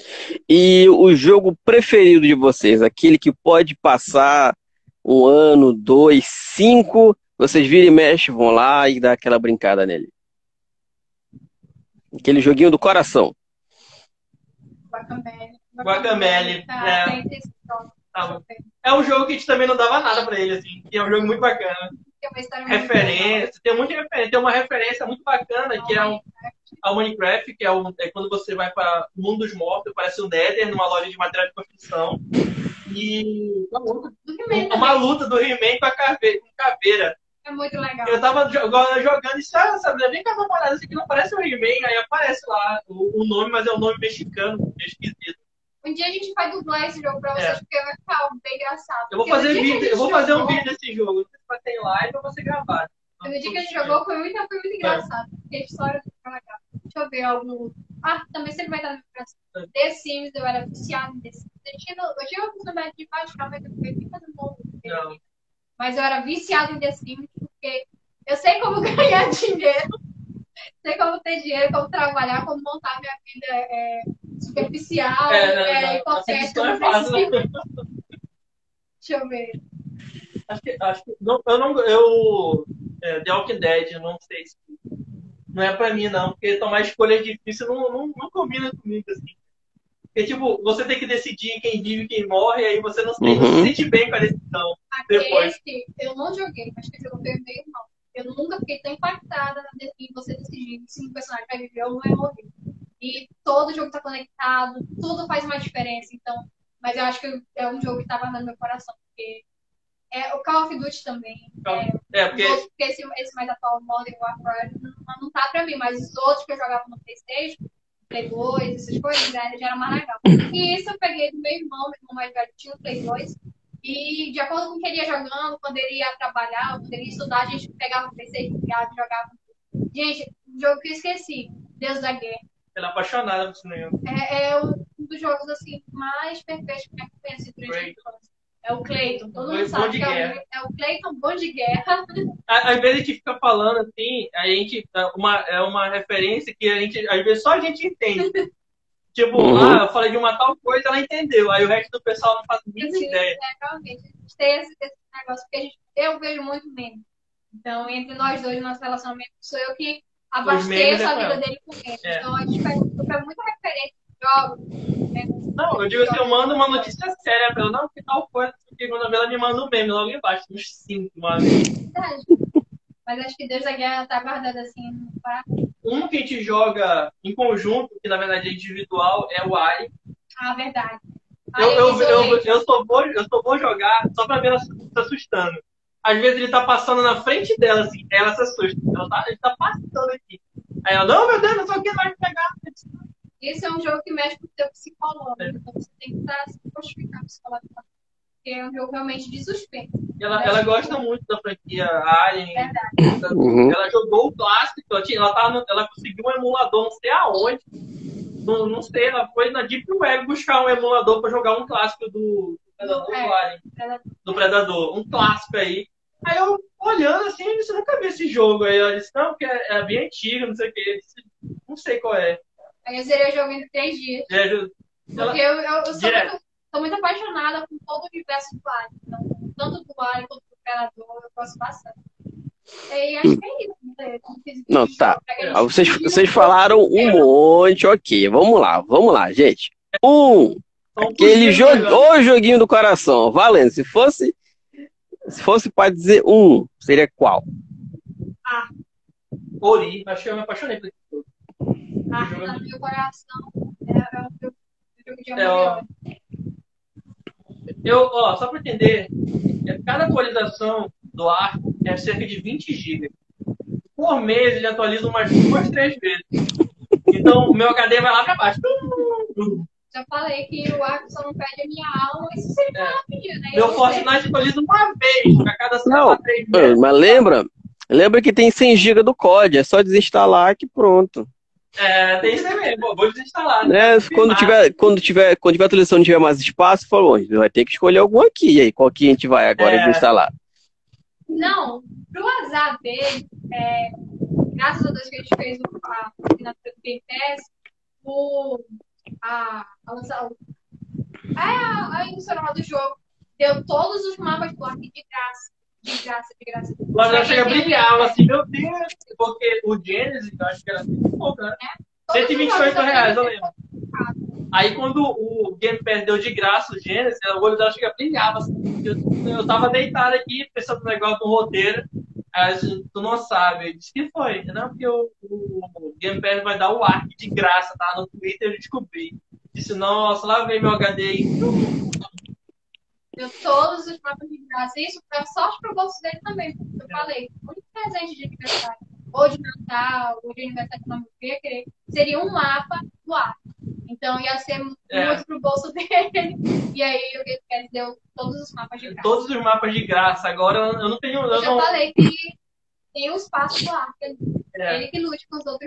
E o jogo preferido de vocês, aquele que pode passar um ano, dois, cinco, vocês viram e mexem, vão lá e dá aquela brincada nele. Aquele joguinho do coração. Guacamele. Guacamele, Tá, é. tem esse jogo. Tá bom. É um jogo que a gente também não dava nada pra ele, assim. Que é um jogo muito bacana. Tem uma história muito Referência, tem muita referência. Tem uma referência muito bacana, que é um, a Minecraft, que é, um, é quando você vai para o mundo dos mortos, parece um Nether, numa loja de material de construção. E uma luta, do He-Man uma também. luta do He-Man com a cave- com caveira. É muito legal. Eu tava jo- jogando e disse, ah, sabe, vem cá dar uma olhada, isso aqui não parece o He-Man, aí aparece lá o, o nome, mas é um nome mexicano, meio esquisito. Um dia a gente vai dublar esse jogo pra vocês, É. porque vai ficar bem engraçado. Eu vou Porque no fazer dia que a vídeo, gente eu vou fazer um jogou- vídeo desse jogo, não sei se vai ter em live ou vai ser gravado. No dia que a gente jogou foi muito, foi muito engraçado. Porque a história foi legal. Deixa eu ver algum, Ah, também sempre vai estar no meu coração. The Sims, eu era viciada em The Sims. Eu tive, eu tive a oportunidade de baixar, mas eu fiquei fazendo novo. Não. Mas eu era viciada em The Sims, porque eu sei como ganhar dinheiro, sei como ter dinheiro, como trabalhar, como montar minha vida é, superficial, É, não, é, não. hipotética. Isso Eu é não fácil. preciso. Deixa eu ver. Acho que, acho que não, eu não. Eu. É, The Walking Dead, eu não sei se. Não é pra mim, não, porque tomar escolhas difíceis não, não, não combina comigo, assim. Porque, tipo, você tem que decidir quem vive e quem morre, e aí você não, tem, não se Uhum. sente bem com a decisão. Depois. Aquele, eu não joguei, mas que jogo foi meio mal. Eu nunca fiquei tão impactada em você decidir se um personagem vai viver ou não vai morrer. E todo jogo tá conectado, tudo faz uma diferença, então. Mas eu acho que é um jogo que tá guardando meu coração, porque é o Call of Duty também. É, É, porque. os outros, porque esse, esse mais atual, Modern Warfare, não, não tá pra mim, mas os outros que eu jogava no PlayStation, Play dois, essas coisas, já, já era mais legal. E isso eu peguei do meu irmão, meu irmão mais velho tinha o Play dois. E de acordo com o que ele ia jogando, quando ele ia trabalhar, quando ele ia estudar, a gente pegava o P C e jogava. Gente, um jogo que eu esqueci, Deus da Guerra. Ela é apaixonada por isso mesmo. É, é um dos jogos assim, mais perfeitos que eu conheci durante a infância. É o Clayton, todo mundo sabe que é o, é o Clayton Bom de Guerra. Às vezes a gente fica falando assim, a gente, uma, é uma referência que a gente, às vezes só a gente entende. Tipo, Uhum. ah, eu falei de uma tal coisa, ela entendeu. Aí o resto do pessoal não faz a mínima Sim, ideia. é, realmente. A gente tem esse, esse negócio, porque a gente, eu vejo muito meme. Então, entre nós dois, nosso relacionamento, sou eu que abasteço a vida dele com ele. É. Então, a gente faz muita referência de jogos. Né? Não, eu digo assim, eu mando uma notícia séria pra ela. Não, que tal coisa. Porque quando ela me manda um meme logo embaixo, uns cinco, uma vez. Verdade. Mas acho que Deus da Guerra tá guardado assim no quarto. Um que a gente joga em conjunto, que na verdade é individual, é o Alien. Ah, verdade. Eu, eu, eu, eu, só vou, eu só vou jogar só pra ver ela se assustando. Às vezes ele tá passando na frente dela, assim, ela se assusta. Ela tá, ele tá passando aqui. Aí ela, não, meu Deus, não sei o que, vai pegar. Esse é um jogo que mexe com o teu psicológico. É. Então você tem que estar se fortificando psicologicamente. Porque é um jogo realmente de suspense. Ela, ela gosta muito da franquia Alien. Verdade. Uhum. Ela jogou o clássico. Ela, tinha, ela, tava no, ela conseguiu um emulador, não sei aonde. Não, não sei, ela foi na Deep Web buscar um emulador pra jogar um clássico do, do Predador, é, do Alien. Predador. Do Predador. Um clássico aí. Aí eu, olhando assim, eu disse, eu nunca vi esse jogo. Aí ela disse, não, porque é, é bem antigo, não sei o que. Eu disse, não sei qual é. Aí eu zerei o jogo em três dias. É, eu, porque ela, eu, eu, eu sou, muito, sou muito apaixonada por todo o universo do Alien. Então, tanto do Alien quanto do Predador, eu gosto bastante. E acho que é isso. Né? Não, tá. Vocês, vocês falaram um monte, ok. Vamos lá, vamos lá, gente. Um, aquele jogo, o joguinho do coração. Valendo, se fosse se fosse para dizer um, seria qual? Ah, Ori. Acho que eu me apaixonei por esse jogo. Ah, no meu coração é o jogo de amor. Eu, ó, só para entender, cada atualização do Ark é cerca de vinte gigas. Por mês ele atualiza umas duas, três vezes. Então o meu H D vai lá para baixo. Já falei que o Ark só não perde a minha alma, isso seria é. rapidinho, né? Meu Fortnite atualiza uma vez, a cada não, três meses. Mas lembra, lembra que tem cem gigas do C O D, é só desinstalar que pronto. É, tem isso também, pô, vou desinstalar. Né? Quando, tiver, quando, tiver, quando tiver atualização não tiver mais espaço, falou, vai ter que escolher algum aqui. E aí, qual que a gente vai agora é. desinstalar? Não, pro azar dele, é, graças a Deus que a gente fez o, a assinatura do Game Pass, o, a, a, a, a, a industrial do jogo deu todos os mapas do Ark de graça. De graça, de graça. Mas ela chega a brilhar, assim, meu Deus, porque o Genesis, eu acho que era cento e pouco, né? É, cento e vinte e oito reais, eu lembro. Aí quando o Game Pass deu de graça o Genesis, o olho dela chega a brilhar, assim. Eu, eu tava deitado aqui, pensando no negócio do roteiro, aí tu não sabe. Eu disse que foi, não, porque o, o Game Pass vai dar o Ark de graça, tá? No Twitter eu descobri. Disse, nossa, lá vem meu H D aí. Deu todos os mapas de graça. Isso foi a sorte pro bolso dele também, porque eu falei, muito presente de aniversário, ou de Natal, ou de aniversário que não ia querer, seria um mapa do ar. Então ia ser muito é. pro bolso dele. E aí o Game Pass deu todos os mapas de graça. Todos os mapas de graça. Agora eu não tenho. Eu, eu já não... falei que tem o espaço do ar. Ele, é. ele que lute com os outros jogos.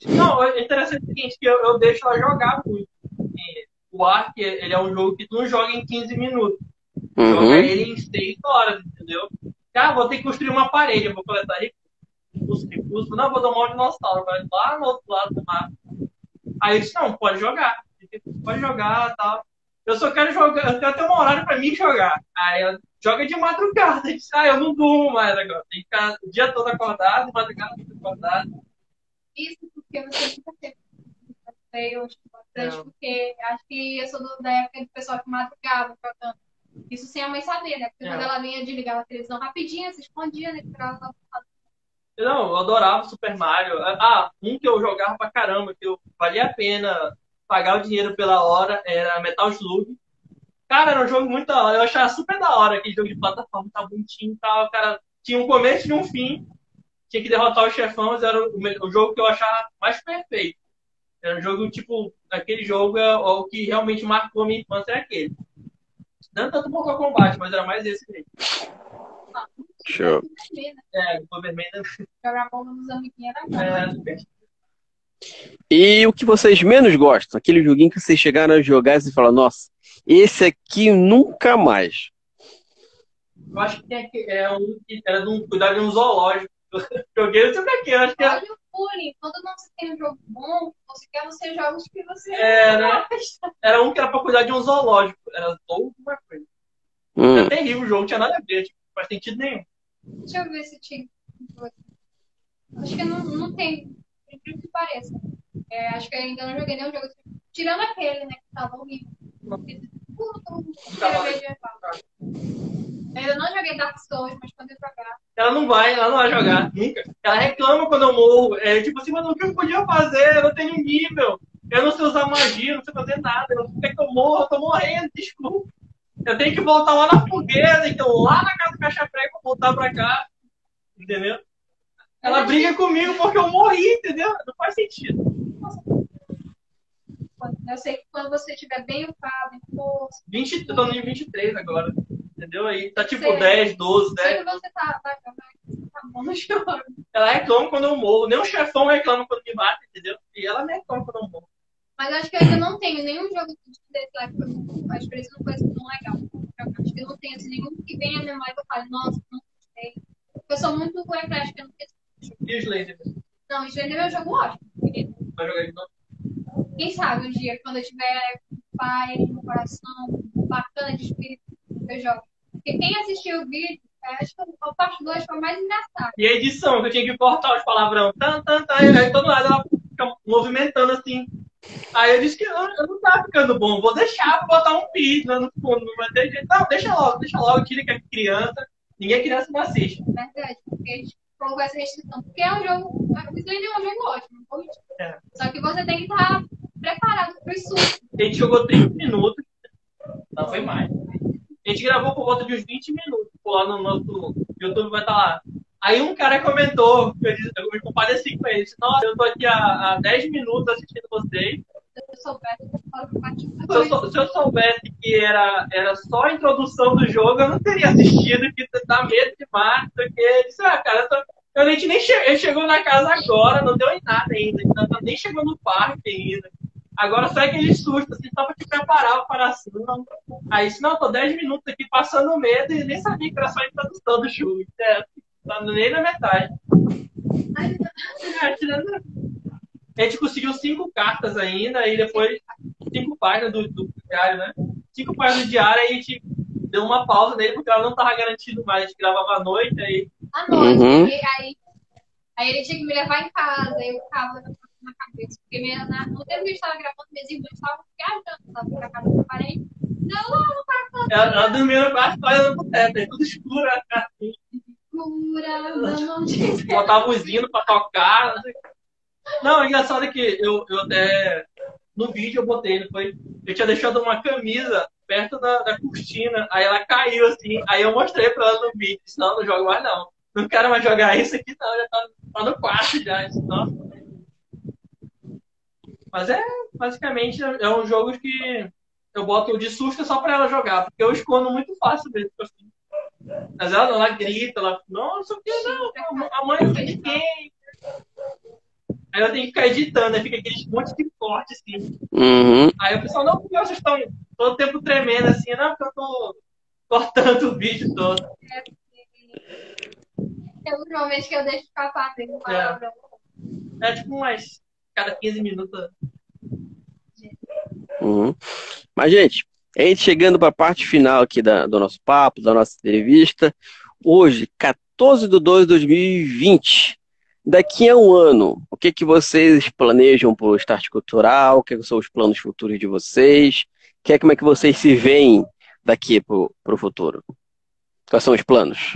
Não, é interessante o seguinte, que eu, eu deixo ela jogar muito. E o Ark, ele é um jogo que tu não joga em quinze minutos. Tu joga Uhum. ele em seis horas, entendeu? Ah, vou ter que construir uma parede, eu vou coletar recursos, recursos. Não, vou domar um dinossauro, vai lá no outro lado do mapa. Aí eu disse, não, pode jogar. Pode jogar e tal. Eu só quero jogar, eu quero ter um horário pra mim jogar. Aí ela joga de madrugada. Eu disse, ah, eu não durmo mais agora. Tem que ficar o dia todo acordado, de madrugada todo acordado. Isso porque você nunca teve eu acho importante, É. porque acho que eu sou do- da época do pessoal que madrugava jogando. Isso sem a mãe saber, né? Porque É. quando ela vinha desligar a televisão rapidinho, se escondia, né? Ficava lá. Não, eu adorava Super Mario. Ah, um que eu jogava pra caramba, que eu valia a pena pagar o dinheiro pela hora, era Metal Slug. Cara, era um jogo muito da hora. Eu achava super da hora aquele jogo de plataforma, tá bonitinho e tal. Cara, tinha um começo e um fim. Tinha que derrotar os chefões, era o, o jogo que eu achava mais perfeito. Era um jogo, tipo, aquele jogo é o que realmente marcou a minha infância, é aquele. Não tanto Mortal Kombat, mas era mais esse mesmo. Show. É, o Bomberman Jogar bola nos amiguinhos era bom. é, E o que vocês menos gostam? Aquele joguinho que vocês chegaram a jogar e você fala, nossa, esse aqui nunca mais. eu acho que tem aqui, é um que era de um, cuidar de um zoológico. Joguei, não sei pra quê, eu acho que era. Olha o bullying. Quando não se tem um jogo bom, você quer você jogos que você Era, era um que era pra cuidar de um zoológico. Era alguma coisa. Hum. Era terrível o jogo, não tinha nada a ver, tipo, não faz sentido nenhum. Deixa eu ver se tinha. Acho que não, não tem, por incrível que pareça. É, acho que eu ainda não joguei nenhum jogo assim. Tirando aquele, né, que tava horrível. Primeira vez de levar. Eu ainda não joguei Dark Souls, mas quando eu jogar. Ela não vai, ela não vai jogar, nunca. Ela reclama quando eu morro. É tipo assim, mano, o que eu podia fazer? Eu não tenho nível. Eu não sei usar magia, eu não sei fazer nada. Eu não sei que eu morro, eu tô morrendo, desculpa. Eu tenho que voltar lá na fogueira, tenho que ir lá na casa do caixa prego pra voltar pra cá. Entendeu? Ela briga comigo porque eu morri, entendeu? Não faz sentido. Eu sei que quando você estiver bem upado, em força. vinte, eu tô no nível vinte e três agora. Entendeu? Aí tá tipo Sei. dez, doze, Sei dez. que você tá, tá, tá, tá bom no jogo. Ela reclama quando eu morro. Nem o chefão reclama quando me mata, entendeu? E ela me reclama quando eu morro. Mas acho que eu ainda não tenho nenhum jogo desse lá que eu acho que não foi tão legal. Eu acho que eu não tenho assim, nenhum que venha à memória que eu falo, nossa, não gostei. Eu sou muito eclética, eu não tenho. E o Slender? Não, isso ainda é meu jogo ótimo. Querido. Vai jogar de novo? Quem sabe um dia, quando eu tiver pai no coração, bacana de espírito, eu jogo. Porque quem assistiu o vídeo, acho que a parte dois foi mais engraçada. E a edição, que eu tinha que cortar os palavrão. Tan, tan, tan, e aí todo lado ela fica movimentando assim. Aí eu disse que eu, eu não tá ficando bom, vou deixar pra botar um pi no fundo, não vai ter jeito. Não, deixa logo, deixa logo, tira que é criança. Ninguém criança não assiste. Verdade, porque a gente colocou essa restrição. Porque é um jogo. O Slender é um jogo ótimo, não vou mentir. É. Só que você tem que estar preparado para os sustos. A gente jogou trinta minutos. Não, foi mais. A gente gravou por volta de uns vinte minutos. Por lá no nosso YouTube vai estar lá. Aí um cara comentou, eu, disse, eu me compadeci com ele. Disse, nossa, eu tô aqui há, há dez minutos assistindo vocês. Se eu soubesse, eu falo que parte Se eu, sou- se eu soubesse que era, era só a introdução do jogo, eu não teria assistido, que dá medo demais. Porque ele disse, ah, cara, eu, tô, eu nem, nem che ele chegou na casa agora, não deu em nada ainda. Então, nem chegou no parque ainda. Agora sai aquele susto, assim, só pra te preparar o coração. Aí disse, não, tô dez minutos aqui passando medo e nem sabia que era só a introdução do jogo. É, tá nem na metade. É, tirando... A gente conseguiu cinco cartas ainda, e depois cinco páginas do, do diário, né? Cinco páginas do diário, aí a gente deu uma pausa nele, porque ela não tava garantido mais. A gente gravava à noite, aí... à noite. Uhum. E aí, aí ele tinha que me levar em casa, aí eu ficava na cabeça. Porque minha, na, no tempo que a gente estava gravando, minhas irmãs estavam viajando, estavam pra casa do parente. Não, não, não tá falando. Ela, ela dormia no quarto, olhando pro teto, aí tudo escuro, assim. Pura, não, não tinha. Botava os hinos pra tocar. Não, sei. Não, o engraçado é que eu, eu até... No vídeo eu botei, não foi? Eu tinha deixado uma camisa perto da, da cortina, aí ela caiu assim, aí eu mostrei pra ela no vídeo, disse, não, não jogo mais não. Não quero mais jogar isso aqui não, já tá, tá no quarto já. Disse, nossa. Mas é, basicamente, é um jogo que eu boto de susto só pra ela jogar, porque eu escondo muito fácil mesmo, assim. Mas ela, ela grita, ela, nossa, o que não? A mãe não sei de quem. Aí eu tenho que ficar editando, aí fica aquele monte de corte, assim. Uhum. Aí o pessoal, não, porque vocês estão todo tempo tremendo, assim, não, porque eu tô cortando o vídeo todo. É ultimamente que eu deixo escapar dele, palavrão. É, é tipo umas cada quinze minutos. Uhum. Mas, gente, a gente chegando para a parte final aqui da, do nosso papo, da nossa entrevista. Hoje, quatorze de dois de dois mil e vinte. Daqui a um ano, o que que vocês planejam para o Start Cultural? O que que são os planos futuros de vocês? Que é, como é que vocês se veem daqui para o futuro? Quais são os planos?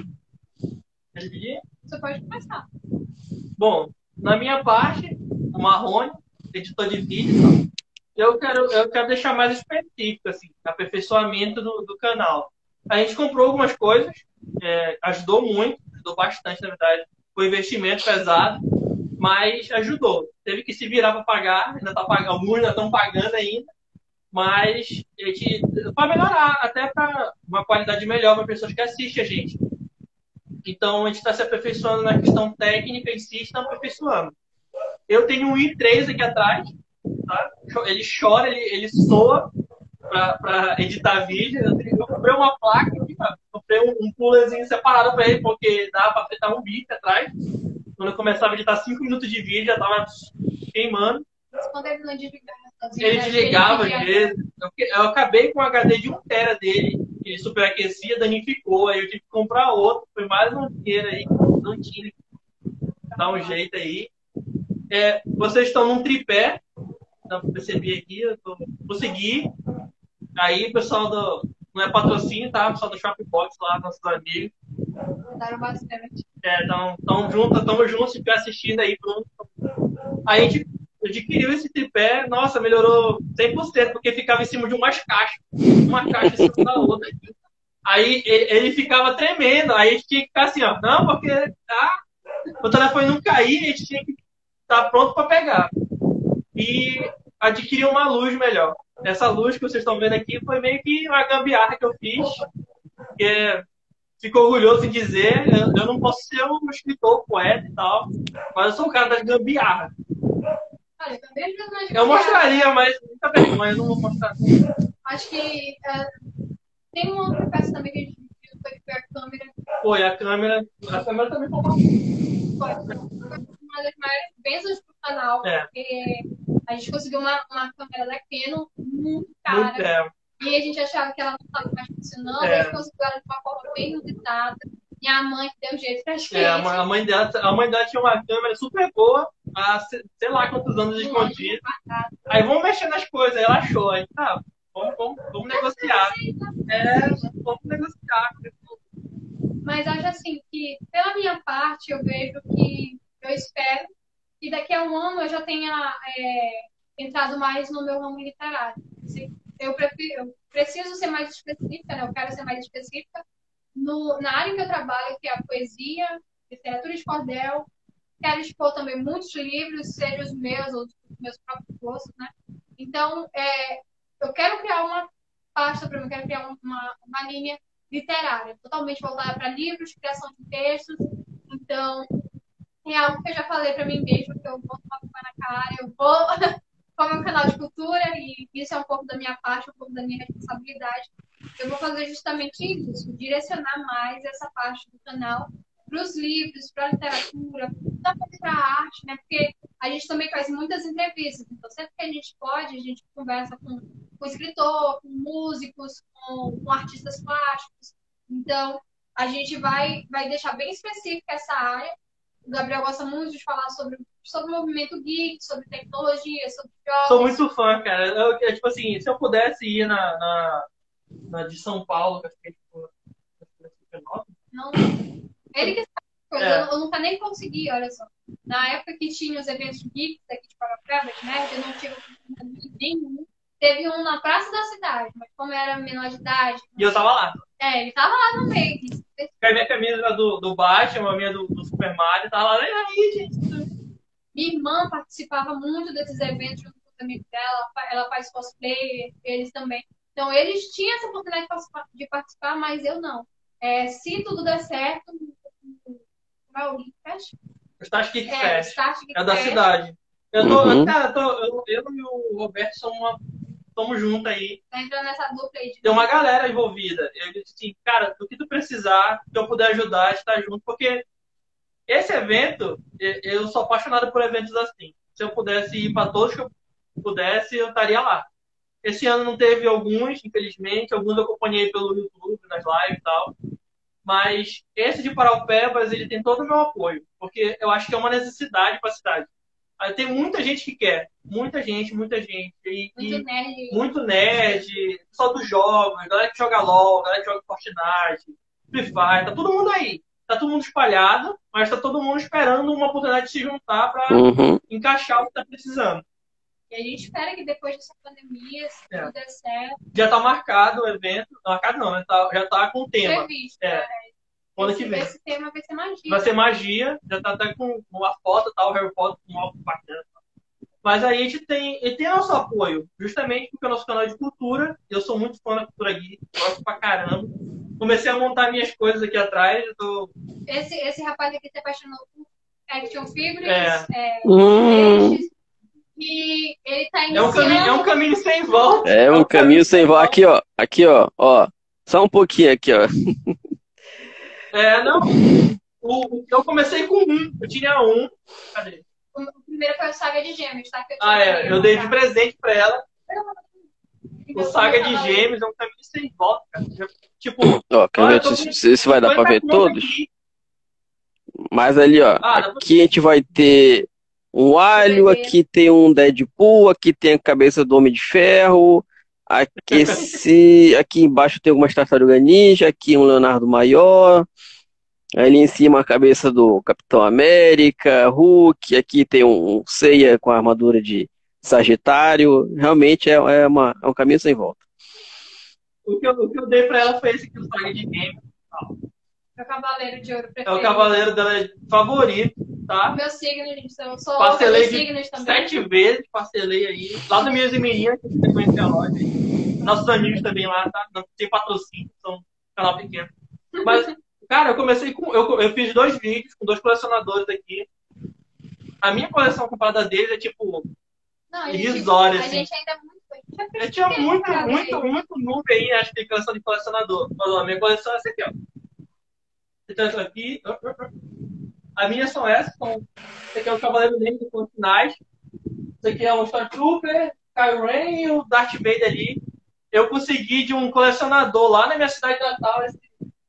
Você pode começar. Bom, na minha parte, o Marrone, editor de vídeo, eu quero, eu quero deixar mais específico, assim, aperfeiçoamento do, do canal. A gente comprou algumas coisas, é, ajudou muito, ajudou bastante, na verdade. Foi um investimento pesado, mas ajudou. Teve que se virar para pagar, ainda tá pagando, alguns ainda estão pagando ainda, mas a gente, para melhorar, até para uma qualidade melhor para pessoas que assistem a gente. Então, a gente está se aperfeiçoando na questão técnica em si, está aperfeiçoando. Eu tenho um i três aqui atrás, tá? Ele chora, ele, ele soa para editar vídeo. Eu, tenho, eu comprei uma placa aqui, tá? Comprei um, um coolerzinho separado para ele, porque dava para apertar um bico atrás. Quando eu começava a editar cinco minutos de vídeo, já estava queimando. Mas quando ele não desligava, ele desligava às vezes. Eu, eu acabei com o H D de um tera dele, ele superaquecia, danificou, aí eu tive que comprar outro. Foi mais um dinheiro aí, não tinha. Dá um jeito aí. É, vocês estão num tripé, dá pra perceber aqui, eu tô, consegui. Aí o pessoal do. Não é patrocínio, tá? O pessoal do Shopbox lá, nossos amigos. Mandaram bastante. É, estão juntos, estamos juntos, se estiver assistindo aí, pronto. Aí a gente adquiriu esse tripé, nossa, melhorou cem por cento, porque ficava em cima de umas caixas. Uma caixa em cima da outra. Aí ele, ele ficava tremendo, aí a gente tinha que ficar assim, ó. Não, porque ah, o telefone não cair, a gente tinha que estar pronto para pegar. E adquirir uma luz melhor. Essa luz que vocês estão vendo aqui foi meio que uma gambiarra que eu fiz. Que fico orgulhoso em dizer, eu, eu não posso ser um escritor, poeta e tal, mas eu sou o cara das gambiarras. Olha, eu também ajudo nas Eu mostraria, mas muita vergonha, eu não vou mostrar. Acho que uh, tem uma outra peça também que a gente viu, foi a câmera. Foi, a câmera. A câmera também foi uma. Foi uma das maiores bênçãos do canal, É. porque a gente conseguiu uma, uma câmera da Canon muito cara. Muito, é. E a gente achava que ela não estava mais funcionando, É. a gente conseguiu ela de uma forma bem inusitada. E a mãe que deu jeito pra gente. É, a mãe- a mãe dela, a mãe dela tinha uma câmera super boa, há se- sei lá quantos anos escondida. Aí vamos mexer nas coisas, aí ela achou. Aí tá, vamos, vamos, vamos negociar. É, vamos negociar. Mas acho assim que, pela minha parte, eu vejo que eu espero que daqui a um ano eu já tenha é, entrado mais no meu ramo literário. Se- Eu, prefiro, eu preciso ser mais específica, né? Eu quero ser mais específica no, na área que eu trabalho, que é a poesia, literatura de cordel. Quero expor também muitos livros, sejam os meus ou os meus próprios gostos, né? Então, é, eu quero criar uma pasta para mim, eu quero criar uma, uma linha literária, totalmente voltada para livros, criação de textos. Então, é algo que eu já falei para mim mesmo, que eu vou tomar com na cara, eu vou como é um canal de cultura, e isso é um pouco da minha parte, um pouco da minha responsabilidade. Eu vou fazer justamente isso, direcionar mais essa parte do canal para os livros, para a literatura, também para a arte, né? Porque a gente também faz muitas entrevistas, então sempre que a gente pode, a gente conversa com, com escritor, com músicos, com, com artistas plásticos. Então, a gente vai, vai deixar bem específica essa área. O Gabriel gosta muito de falar sobre, sobre o movimento geek, sobre tecnologia, sobre jogos. Sou muito fã, cara. Eu, eu, tipo assim, se eu pudesse ir na, na, na de São Paulo, que eu fiquei, tipo, Não, ele que sabe coisa, É. eu, eu nunca nem consegui, olha só. Na época que tinha os eventos geeks aqui de Parapeba, de nerd, eu não tive oportunidade nenhum. Teve um na Praça da Cidade, mas como eu era menor de idade. e eu tava lá. É, ele tava lá no meio. A minha camisa era do, do Batman, a minha do, do Super Mario, tava lá, e aí, gente? Minha irmã participava muito desses eventos junto com os amigos dela, ela faz cosplay, eles também. Então, eles tinham essa oportunidade de participar, de participar, mas eu não. É, se tudo der certo, como é o Geek Fest? O Start Geek É, Fest. Start Geek É da Fest. cidade. Eu tô, Uhum. cara, eu, tô, eu, eu e o Roberto somos, uma, somos juntos aí. Tá entrando nessa dupla aí de Tem uma galera envolvida. Eu disse assim, cara, do que tu precisar, que eu puder ajudar, a gente tá junto, porque esse evento, eu eu sou apaixonado por eventos assim. Se eu pudesse ir para todos que eu pudesse, eu estaria lá. Esse ano não teve alguns, infelizmente, alguns eu acompanhei pelo YouTube, nas lives e tal. Mas esse de Paraupebas, ele tem todo o meu apoio, porque eu acho que é uma necessidade para a cidade. Aí tem muita gente que quer, muita gente, muita gente. E, muito e nerd. muito nerd, só dos jogos, galera que joga LOL, galera que joga Fortnite, Free Fire, tá todo mundo aí. Tá todo mundo espalhado, mas tá todo mundo esperando uma oportunidade de se juntar para Uhum. encaixar o que tá precisando. E a gente espera que depois dessa pandemia, se É. tudo der certo, Já tá marcado o evento, marcado não, né? Tá- já tá com o tema. previsto. É. né? Ano esse, que vem. esse tema vai ser magia. Vai ser magia, já tá até com uma foto, tal, Harry Potter com um álbum bacana. Mas aí a gente tem, e tem nosso apoio, justamente porque o nosso canal é de cultura, eu sou muito fã da cultura geek, gosto pra caramba. Comecei a montar minhas coisas aqui atrás, eu tô... Esse, esse rapaz aqui se apaixonou por action figures, É. é, Hum. peixes, e ele tá É um, iniciando... caminho, é um caminho sem volta. É um caminho sem volta. Aqui, ó. Aqui, ó. Ó. Só um pouquinho aqui, ó. É, não. O, eu comecei com um, eu tinha um. Cadê? O, o primeiro foi o Saga de Gêmeos, tá? Que eu Ah, é, eu dei de presente pra ela. O Saga de Gêmeos. Gêmeos é um caminho sem volta, cara. Tipo, Ó, quer olha, ver eu tô se, com se se vai dar pra ver cinquenta conto todos? aqui. Mas ali, ó. Ah, dá pra- Aqui a gente vai ter um alho, aqui tem um Deadpool, aqui tem a cabeça do Homem de Ferro. Aqui, esse, aqui embaixo tem algumas tartarugas ninja, aqui um Leonardo Maior. Ali em cima a cabeça do Capitão América, Hulk, aqui tem um, um Seiya com a armadura de Sagitário. Realmente é, é, uma, é um caminho sem volta. O que, eu, o que eu dei pra ela foi esse aqui, o Saga de Gêmeos. Meu cavaleiro de ouro É preferido. o cavaleiro dela favorito, tá? Meu signo, gente. Eu sou Parcelei dos de signos também. sete vezes, parcelei aí. Lá do Minhas e Meninas, que você conhece a loja. Nossos amigos também lá, tá? Não tem patrocínio, são um canal pequeno. Mas, cara, eu comecei com. Eu, eu fiz dois vídeos com dois colecionadores aqui. A minha coleção comparada deles é tipo. Não, a gente, irrisória, a assim. gente ainda é muito. A gente Eu tinha muito, pra muito, ver. muito noob aí, acho que coleção de colecionador. Falou, a minha coleção é essa aqui, ó. Então, essa aqui. A minha são essas. São... Esse aqui é o Cavaleiro Negro com finais. Esse aqui é o Stormtrooper, Kylo Ren e o Darth Vader ali. Eu consegui de um colecionador lá na minha cidade natal esse,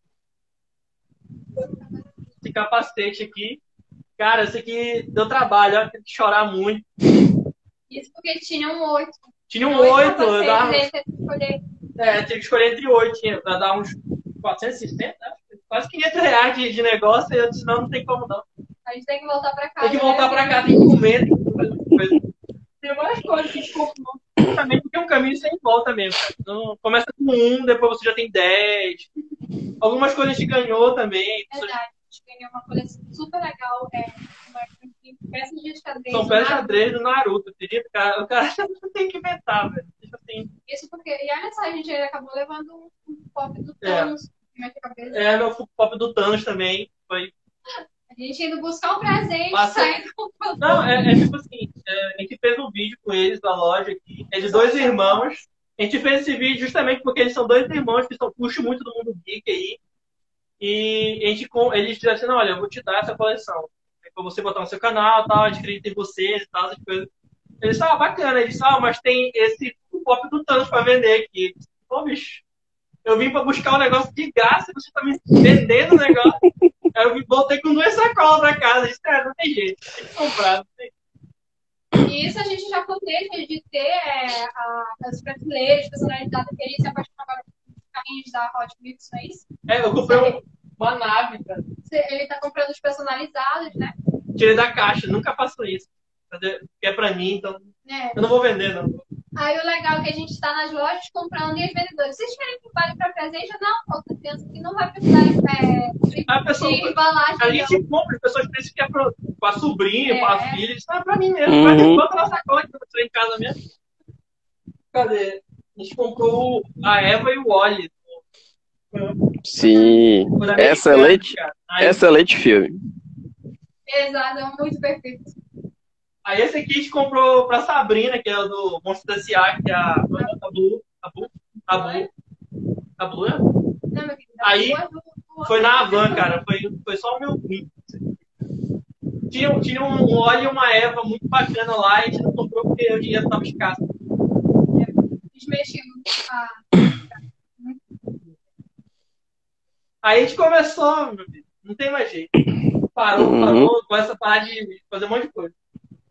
esse capacete aqui. Cara, esse aqui deu trabalho, ó, tive que chorar muito. Isso porque tinha um oito. Tinha um oito, eu dava. Aí você tem que escolher. É, tive que escolher entre oito, tinha, pra dar uns quatrocentos e sessenta, né? Quase quinhentos reais de, de negócio, e eu disse, não, não tem como não. A gente tem que voltar pra casa. Tem que voltar né? pra cá, tem que comer, tem que fazer coisa. Tem várias coisas que a gente comprou. Justamente porque é um caminho sem volta mesmo, cara. Então, começa com um, depois você já tem dez. Algumas coisas a gente ganhou também. Verdade. A gente ganhou uma coleção super legal. É, uma, peças de xadrez. São peças de né? xadrez do Naruto, acredita? O cara, o cara tem que inventar, velho. Tipo assim, Isso porque. E olha só, a gente acabou levando um, um pop do Thanos na minha cabeça. é, meu pop do Thanos também. Foi. A gente indo buscar um presente, Passa- saindo com Não, é, é tipo assim, é, a gente fez um vídeo com eles da loja aqui, é de dois irmãos. A gente fez esse vídeo justamente porque eles são dois irmãos que são, puxam muito do mundo geek aí. E a gente, com- eles disseram assim, não, olha, eu vou te dar essa coleção. É pra você botar no seu canal e tal, a gente acredita em vocês e tal, essas coisas. Eles disseram, ah, bacana. Eles disseram, ah, mas tem esse pop do Thanos pra vender aqui. Pô, bicho, eu vim pra buscar um negócio de graça e você tá me vendendo o negócio. Aí eu voltei com duas sacolas pra casa. Eu disse, é, não tem jeito, tem que comprar. Não tem... E isso a gente já planeja de ter é, a, as prateleiras personalizadas que ele se apaixonaram por carrinhos da Hot Wheels, não é isso? É, eu comprei um- uma nave, cara. Ele tá comprando os personalizados, né? Tirei da caixa, nunca faço isso. Porque é pra mim, então É. eu não vou vender, não. Aí o legal é que a gente tá nas lojas comprando e os vendedores. Vocês querem que vale pra presente? Não, outra criança que não vai precisar é, de, A pessoa- de embalagem. A não. gente compra, as pessoas pensam que é pra, pra sobrinha, É. pra filha. Isso não é pra mim mesmo. Uhum. Vai ter quanto na sacola que eu tirei em casa mesmo. Cadê? A gente comprou a Eva e o Wally. Sim. Por americano, Excelente, cara. Aí, excelente filme. Exato, é muito perfeito. Aí esse aqui a gente comprou pra Sabrina, que é o do Monstro da S A, que é a, a Blue. A Blue? A Blue? A Blue, é? Não, meu querido. Aí foi na Havan, cara. Foi, foi só o meu primo. Tinha, tinha um óleo e uma erva muito bacana lá, e a gente não comprou porque o dinheiro tava escasso. Eles mexiam. Ah, Aí a gente começou, meu filho. Não tem mais jeito. Parou, Uhum. parou, começa a parar de fazer um monte de coisa.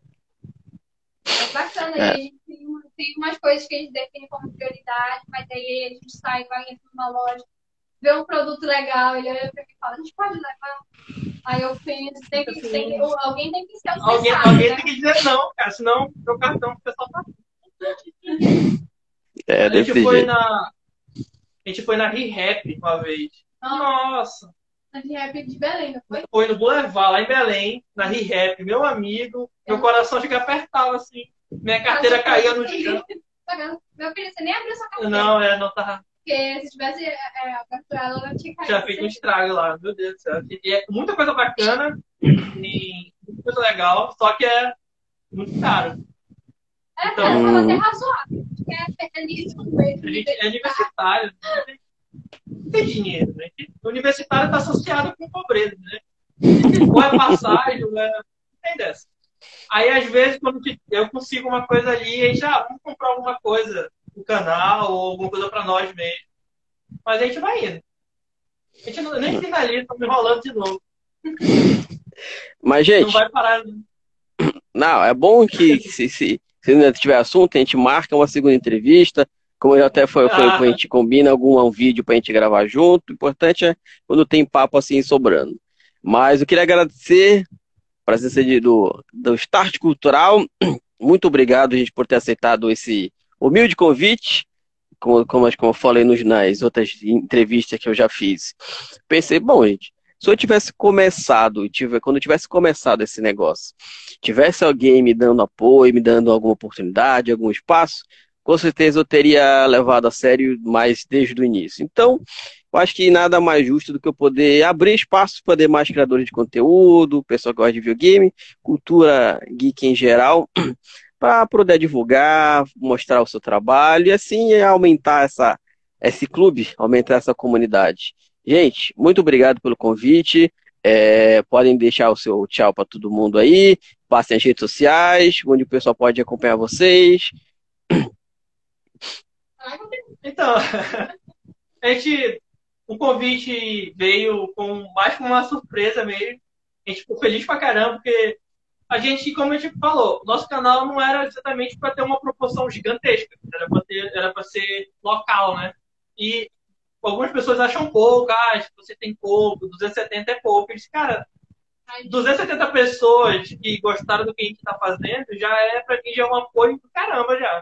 é bacana. É. E a gente tem, uma- tem umas coisas que a gente define como prioridade, mas aí a gente sai, vai entrar numa loja, vê um produto legal, ele olha pra mim e fala, a gente pode levar? Aí eu penso, tem que, tem que- ou alguém tem que ser o Alguém, sensato, alguém né? tem que dizer não, cara, senão meu cartão o pessoal tá. É A gente desse foi jeito. na. A gente foi na ReHap uma vez. Nossa! A rap de Belém, não foi? Foi no Boulevard, lá em Belém, na ReHap, meu amigo. Meu coração chega apertava assim. Minha carteira caía no chão. Meu filho, você nem abriu sua carteira. Não, é, não tava. Porque se tivesse é, capturado, ela tinha caído. Já fez um estrago lá, meu Deus do céu. E é muita coisa bacana e muita coisa legal, só que é muito caro. É, Então, cara, eu tava até Uhum. razoável. Que é feliz no meio a gente é universitário, não tem, não tem dinheiro, né? O universitário está associado com pobreza, né? Ou é passagem, ou é. Não tem dessa. Aí, às vezes, quando eu consigo uma coisa ali, a gente, ah, vamos comprar alguma coisa pro canal, ou alguma coisa para nós mesmo. Mas a gente vai indo. A gente não, nem finaliza, estamos enrolando de novo. Mas, Não gente, vai parar. não, é bom que se, se, se ainda tiver assunto, a gente marca uma segunda entrevista. Como já até foi, foi, Ah, a gente combina algum um vídeo pra gente gravar junto. O importante é quando tem papo assim sobrando. Mas eu queria agradecer a presença de- do, do Start Cultural. Muito obrigado, gente, por ter aceitado esse humilde convite. Como, como, como eu falei nos, nas outras entrevistas que eu já fiz. Pensei, bom, gente, se eu tivesse começado, tive, quando eu tivesse começado esse negócio, tivesse alguém me dando apoio, me dando alguma oportunidade, algum espaço, com certeza eu teria levado a sério mais desde o início. Então, eu acho que nada mais justo do que eu poder abrir espaço para demais criadores de conteúdo, pessoal que gosta de videogame, cultura geek em geral, para poder divulgar, mostrar o seu trabalho e assim aumentar essa, esse clube, aumentar essa comunidade. Gente, muito obrigado pelo convite. É, podem deixar o seu tchau para todo mundo aí. Passem as redes sociais, onde o pessoal pode acompanhar vocês. então, a gente, o convite veio com mais como uma surpresa mesmo. A gente ficou feliz pra caramba, porque a gente, como a gente falou, nosso canal não era exatamente para ter uma proporção gigantesca, era para ter, era para ser local, né? E algumas pessoas acham pouco, ah, se você tem pouco, duzentos e setenta é pouco. Eu disse, cara, duzentas e setenta pessoas que gostaram do que a gente está fazendo, já é para mim já é um apoio do caramba já.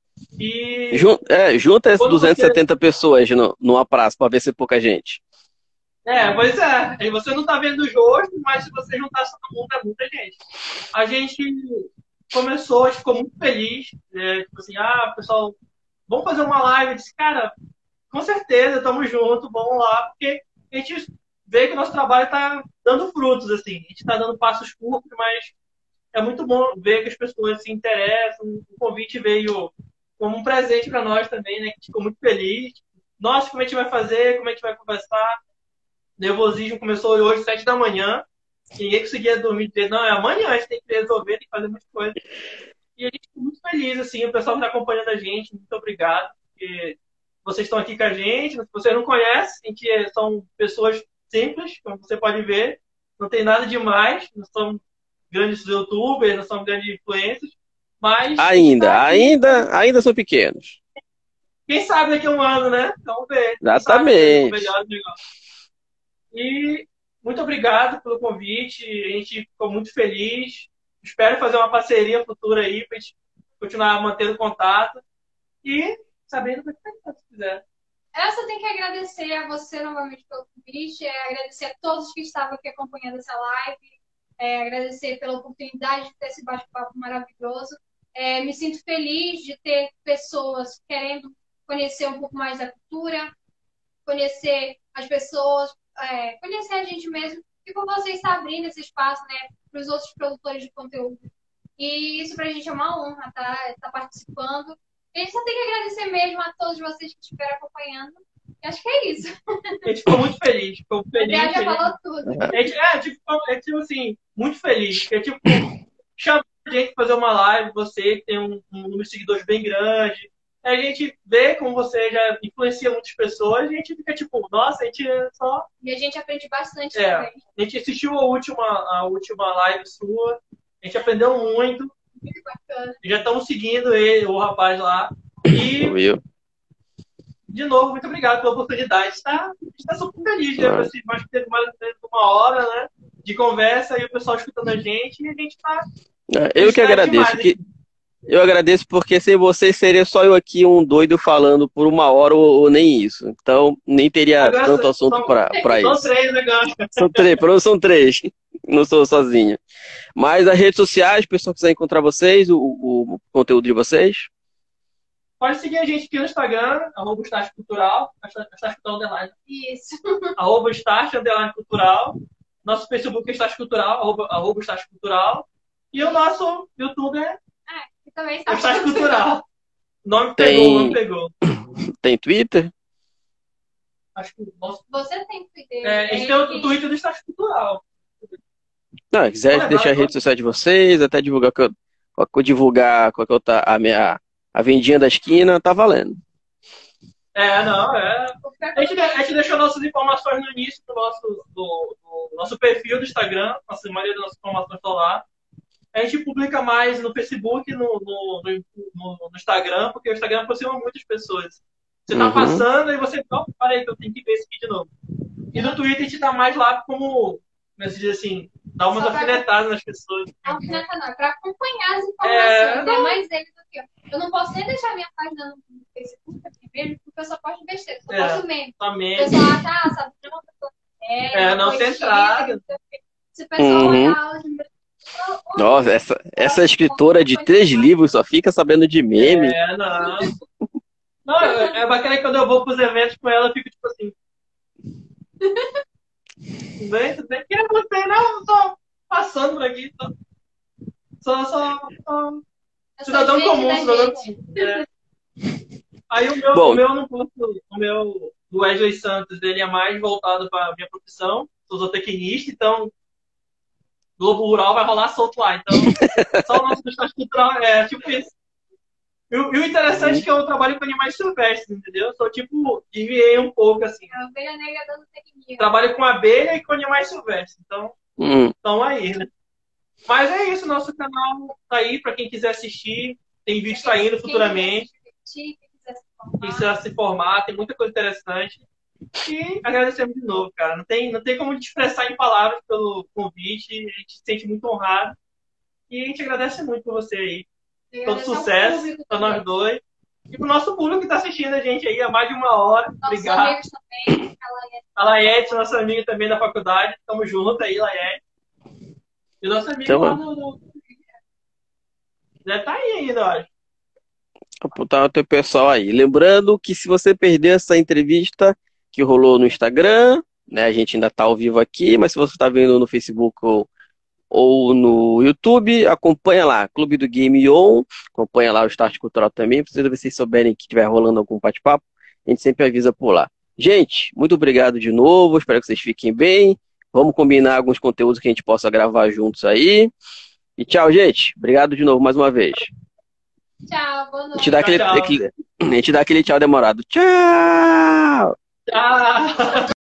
E Jun, é, junta essas quando duzentas e você setenta pessoas no, numa praça para ver se é pouca gente. É, pois é. Aí você não tá vendo os rostos, mas se você juntar todo mundo, é muita gente. A gente começou, a gente ficou muito feliz. Né? Tipo assim, ah, pessoal, vamos fazer uma live. Eu disse, cara, com certeza, tamo junto, vamos lá, porque a gente vê que o nosso trabalho tá dando frutos, assim. A gente tá dando passos curtos, mas é muito bom ver que as pessoas se interessam. O convite veio como um presente para nós também, né? Que a gente ficou muito feliz. Nossa, como a gente vai fazer, como a gente vai conversar. Nervosismo começou hoje, sete da manhã. Ninguém conseguia dormir direito. Não, é amanhã, a gente tem que resolver, tem que fazer muita coisa. E a gente ficou muito feliz, assim, o pessoal que está acompanhando a gente, muito obrigado. Porque vocês estão aqui com a gente. Se você não conhece, a gente é, são pessoas simples, como você pode ver. Não tem nada demais, não somos grandes youtubers, não somos grandes influencers. Mas a gente tá Ainda, aqui. ainda, ainda são pequenos. Quem sabe daqui a um ano, né? Vamos ver. Quem sabe fazer um Exatamente. melhor negócio. E muito obrigado pelo convite. A gente ficou muito feliz. Espero fazer uma parceria futura aí para a gente continuar mantendo contato e sabendo o que vai se quiser. Eu só tenho que agradecer a você novamente pelo convite, é, agradecer a todos que estavam aqui acompanhando essa live, é, agradecer pela oportunidade de ter esse bate-papo maravilhoso. É, me sinto feliz de ter pessoas querendo conhecer um pouco mais da cultura, conhecer as pessoas, é, conhecer a gente mesmo, e por você estar abrindo esse espaço, né, para os outros produtores de conteúdo E isso pra gente é uma honra, tá? Estar participando. E a gente só tem que agradecer mesmo a todos vocês que estiveram acompanhando. E acho que é isso. A gente ficou muito feliz. Ficou O feliz. André já feliz. falou tudo. A gente, é, tipo, é, tipo assim, muito feliz. Porque, tipo, chamou a gente pra fazer uma live, você que tem um, um número de seguidores bem grande. A gente vê como você já influencia muitas pessoas, a gente fica tipo, nossa, a gente é só. E a gente aprende bastante É, também. a gente assistiu a última, a última live sua, a gente aprendeu muito, Muito bacana. já estamos seguindo ele, o rapaz lá. E, Viu? de novo, muito obrigado pela oportunidade. A gente está tá super feliz, né? Ah. Assim, acho que teve mais ou menos uma hora, né? De conversa e o pessoal escutando a gente, e a gente está. Eu que agradeço. Que, eu agradeço porque sem vocês seria só eu aqui, um doido, falando por uma hora ou, ou nem isso. Então, nem teria Agora, tanto são- assunto são- para São isso. três, né, Gancho? São três, para são três. Não sou sozinho. Mas as redes sociais, o pessoal quiser encontrar vocês, o, o, o conteúdo de vocês. Pode seguir a gente aqui no Instagram, arroba Start Cultural, Start Cultural Underline, Isso. arroba Start Underline Cultural. Nosso Facebook é Start Cultural, arroba, arroba Start Cultural. E o nosso YouTube é E também é está Start Cultural. O nome Tem- pegou, o nome pegou. Tem Twitter? Acho que o nosso. Você tem Twitter. É, a gente tem o Twitter do Start Cultural. Não, se quiser Não, deixar não, a rede social de vocês, até divulgar, qual- qual- divulgar qualquer outra, a, minha, a vendinha da esquina, tá valendo. É, não, é. A gente, a gente deixou nossas informações no início do nosso, do, do nosso perfil do Instagram. Nossa, a maioria das nossas informações estão lá. A gente publica mais no Facebook e no, no, no, no Instagram, porque o Instagram aproxima muitas pessoas. Você tá Uhum. passando e você. Não, peraí, que eu tenho que ver esse vídeo de novo. E no Twitter a gente tá mais lá como. Como se diz assim, dá umas Só pra- alfinetadas nas pessoas. Alfineta não, é para acompanhar as É, informações. É, não. mais ele do que eu. Eu não posso nem deixar minha página no Facebook aqui mesmo, porque eu só posto besteira, só É. posto meme. O Também. pessoal acha, ah, sabe, não é uma pessoa séria, É, não coitinha, centrada. não sei o quê. Se o pessoal Uhum. olhar os meus. Oh, Nossa, essa, essa escritora de três livros só fica sabendo de meme. É, não. Não, é é bacana que quando eu vou pros eventos com ela, eu fico tipo assim. Tudo bem? Tudo bem? Quem é você? Não, eu tô passando por aqui. Tô... Sou só. só... eu sou Cidadão gente comum, da cidadão gente. comum. É. Aí o meu, Bom. o meu eu não posso. O meu do Wesley Santos, ele é mais voltado para minha profissão. Sou zootecnista, então. Globo Rural vai rolar solto lá. Então, só o nosso Start Cultural é tipo isso. E o, e o interessante é que eu trabalho com animais silvestres, entendeu? Eu sou tipo, desviei um pouco assim. A ovelha negra dando técnica. Trabalho com abelha e com animais silvestres. Então, Hum. estão aí, né? Mas é isso, nosso canal tá aí para quem quiser assistir. Tem vídeo saindo futuramente. Quem quiser se Quem formar. quiser se formar, tem muita coisa interessante. E agradecemos de novo, cara. Não tem, não tem como te expressar em palavras pelo convite. A gente se sente muito honrado. E a gente agradece muito por você aí. Eu Todo agradeço ao sucesso público para também. nós dois. E pro nosso público que está assistindo a gente aí há mais de uma hora. Nossos Obrigado. amigos também. A Laia. A Laete, nossa amiga também da faculdade. Tamo junto aí, Laete. E o nosso amigo Então, lá no, no... Deve tá aí ainda, eu acho. Vou botar o teu pessoal aí. Lembrando que se você perder essa entrevista que rolou no Instagram, né, a gente ainda tá ao vivo aqui, mas se você tá vendo no Facebook ou, ou no YouTube, acompanha lá, Clube do Game On, acompanha lá o Start Cultural também, para vocês souberem que estiver rolando algum bate-papo, a gente sempre avisa por lá. Gente, muito obrigado de novo, espero que vocês fiquem bem, vamos combinar alguns conteúdos que a gente possa gravar juntos aí, e tchau, gente, obrigado de novo mais uma vez. Tchau, boa A noite. gente dá aquele, Tchau, tchau. aquele- a gente dá aquele tchau demorado. Tchau! Tchau!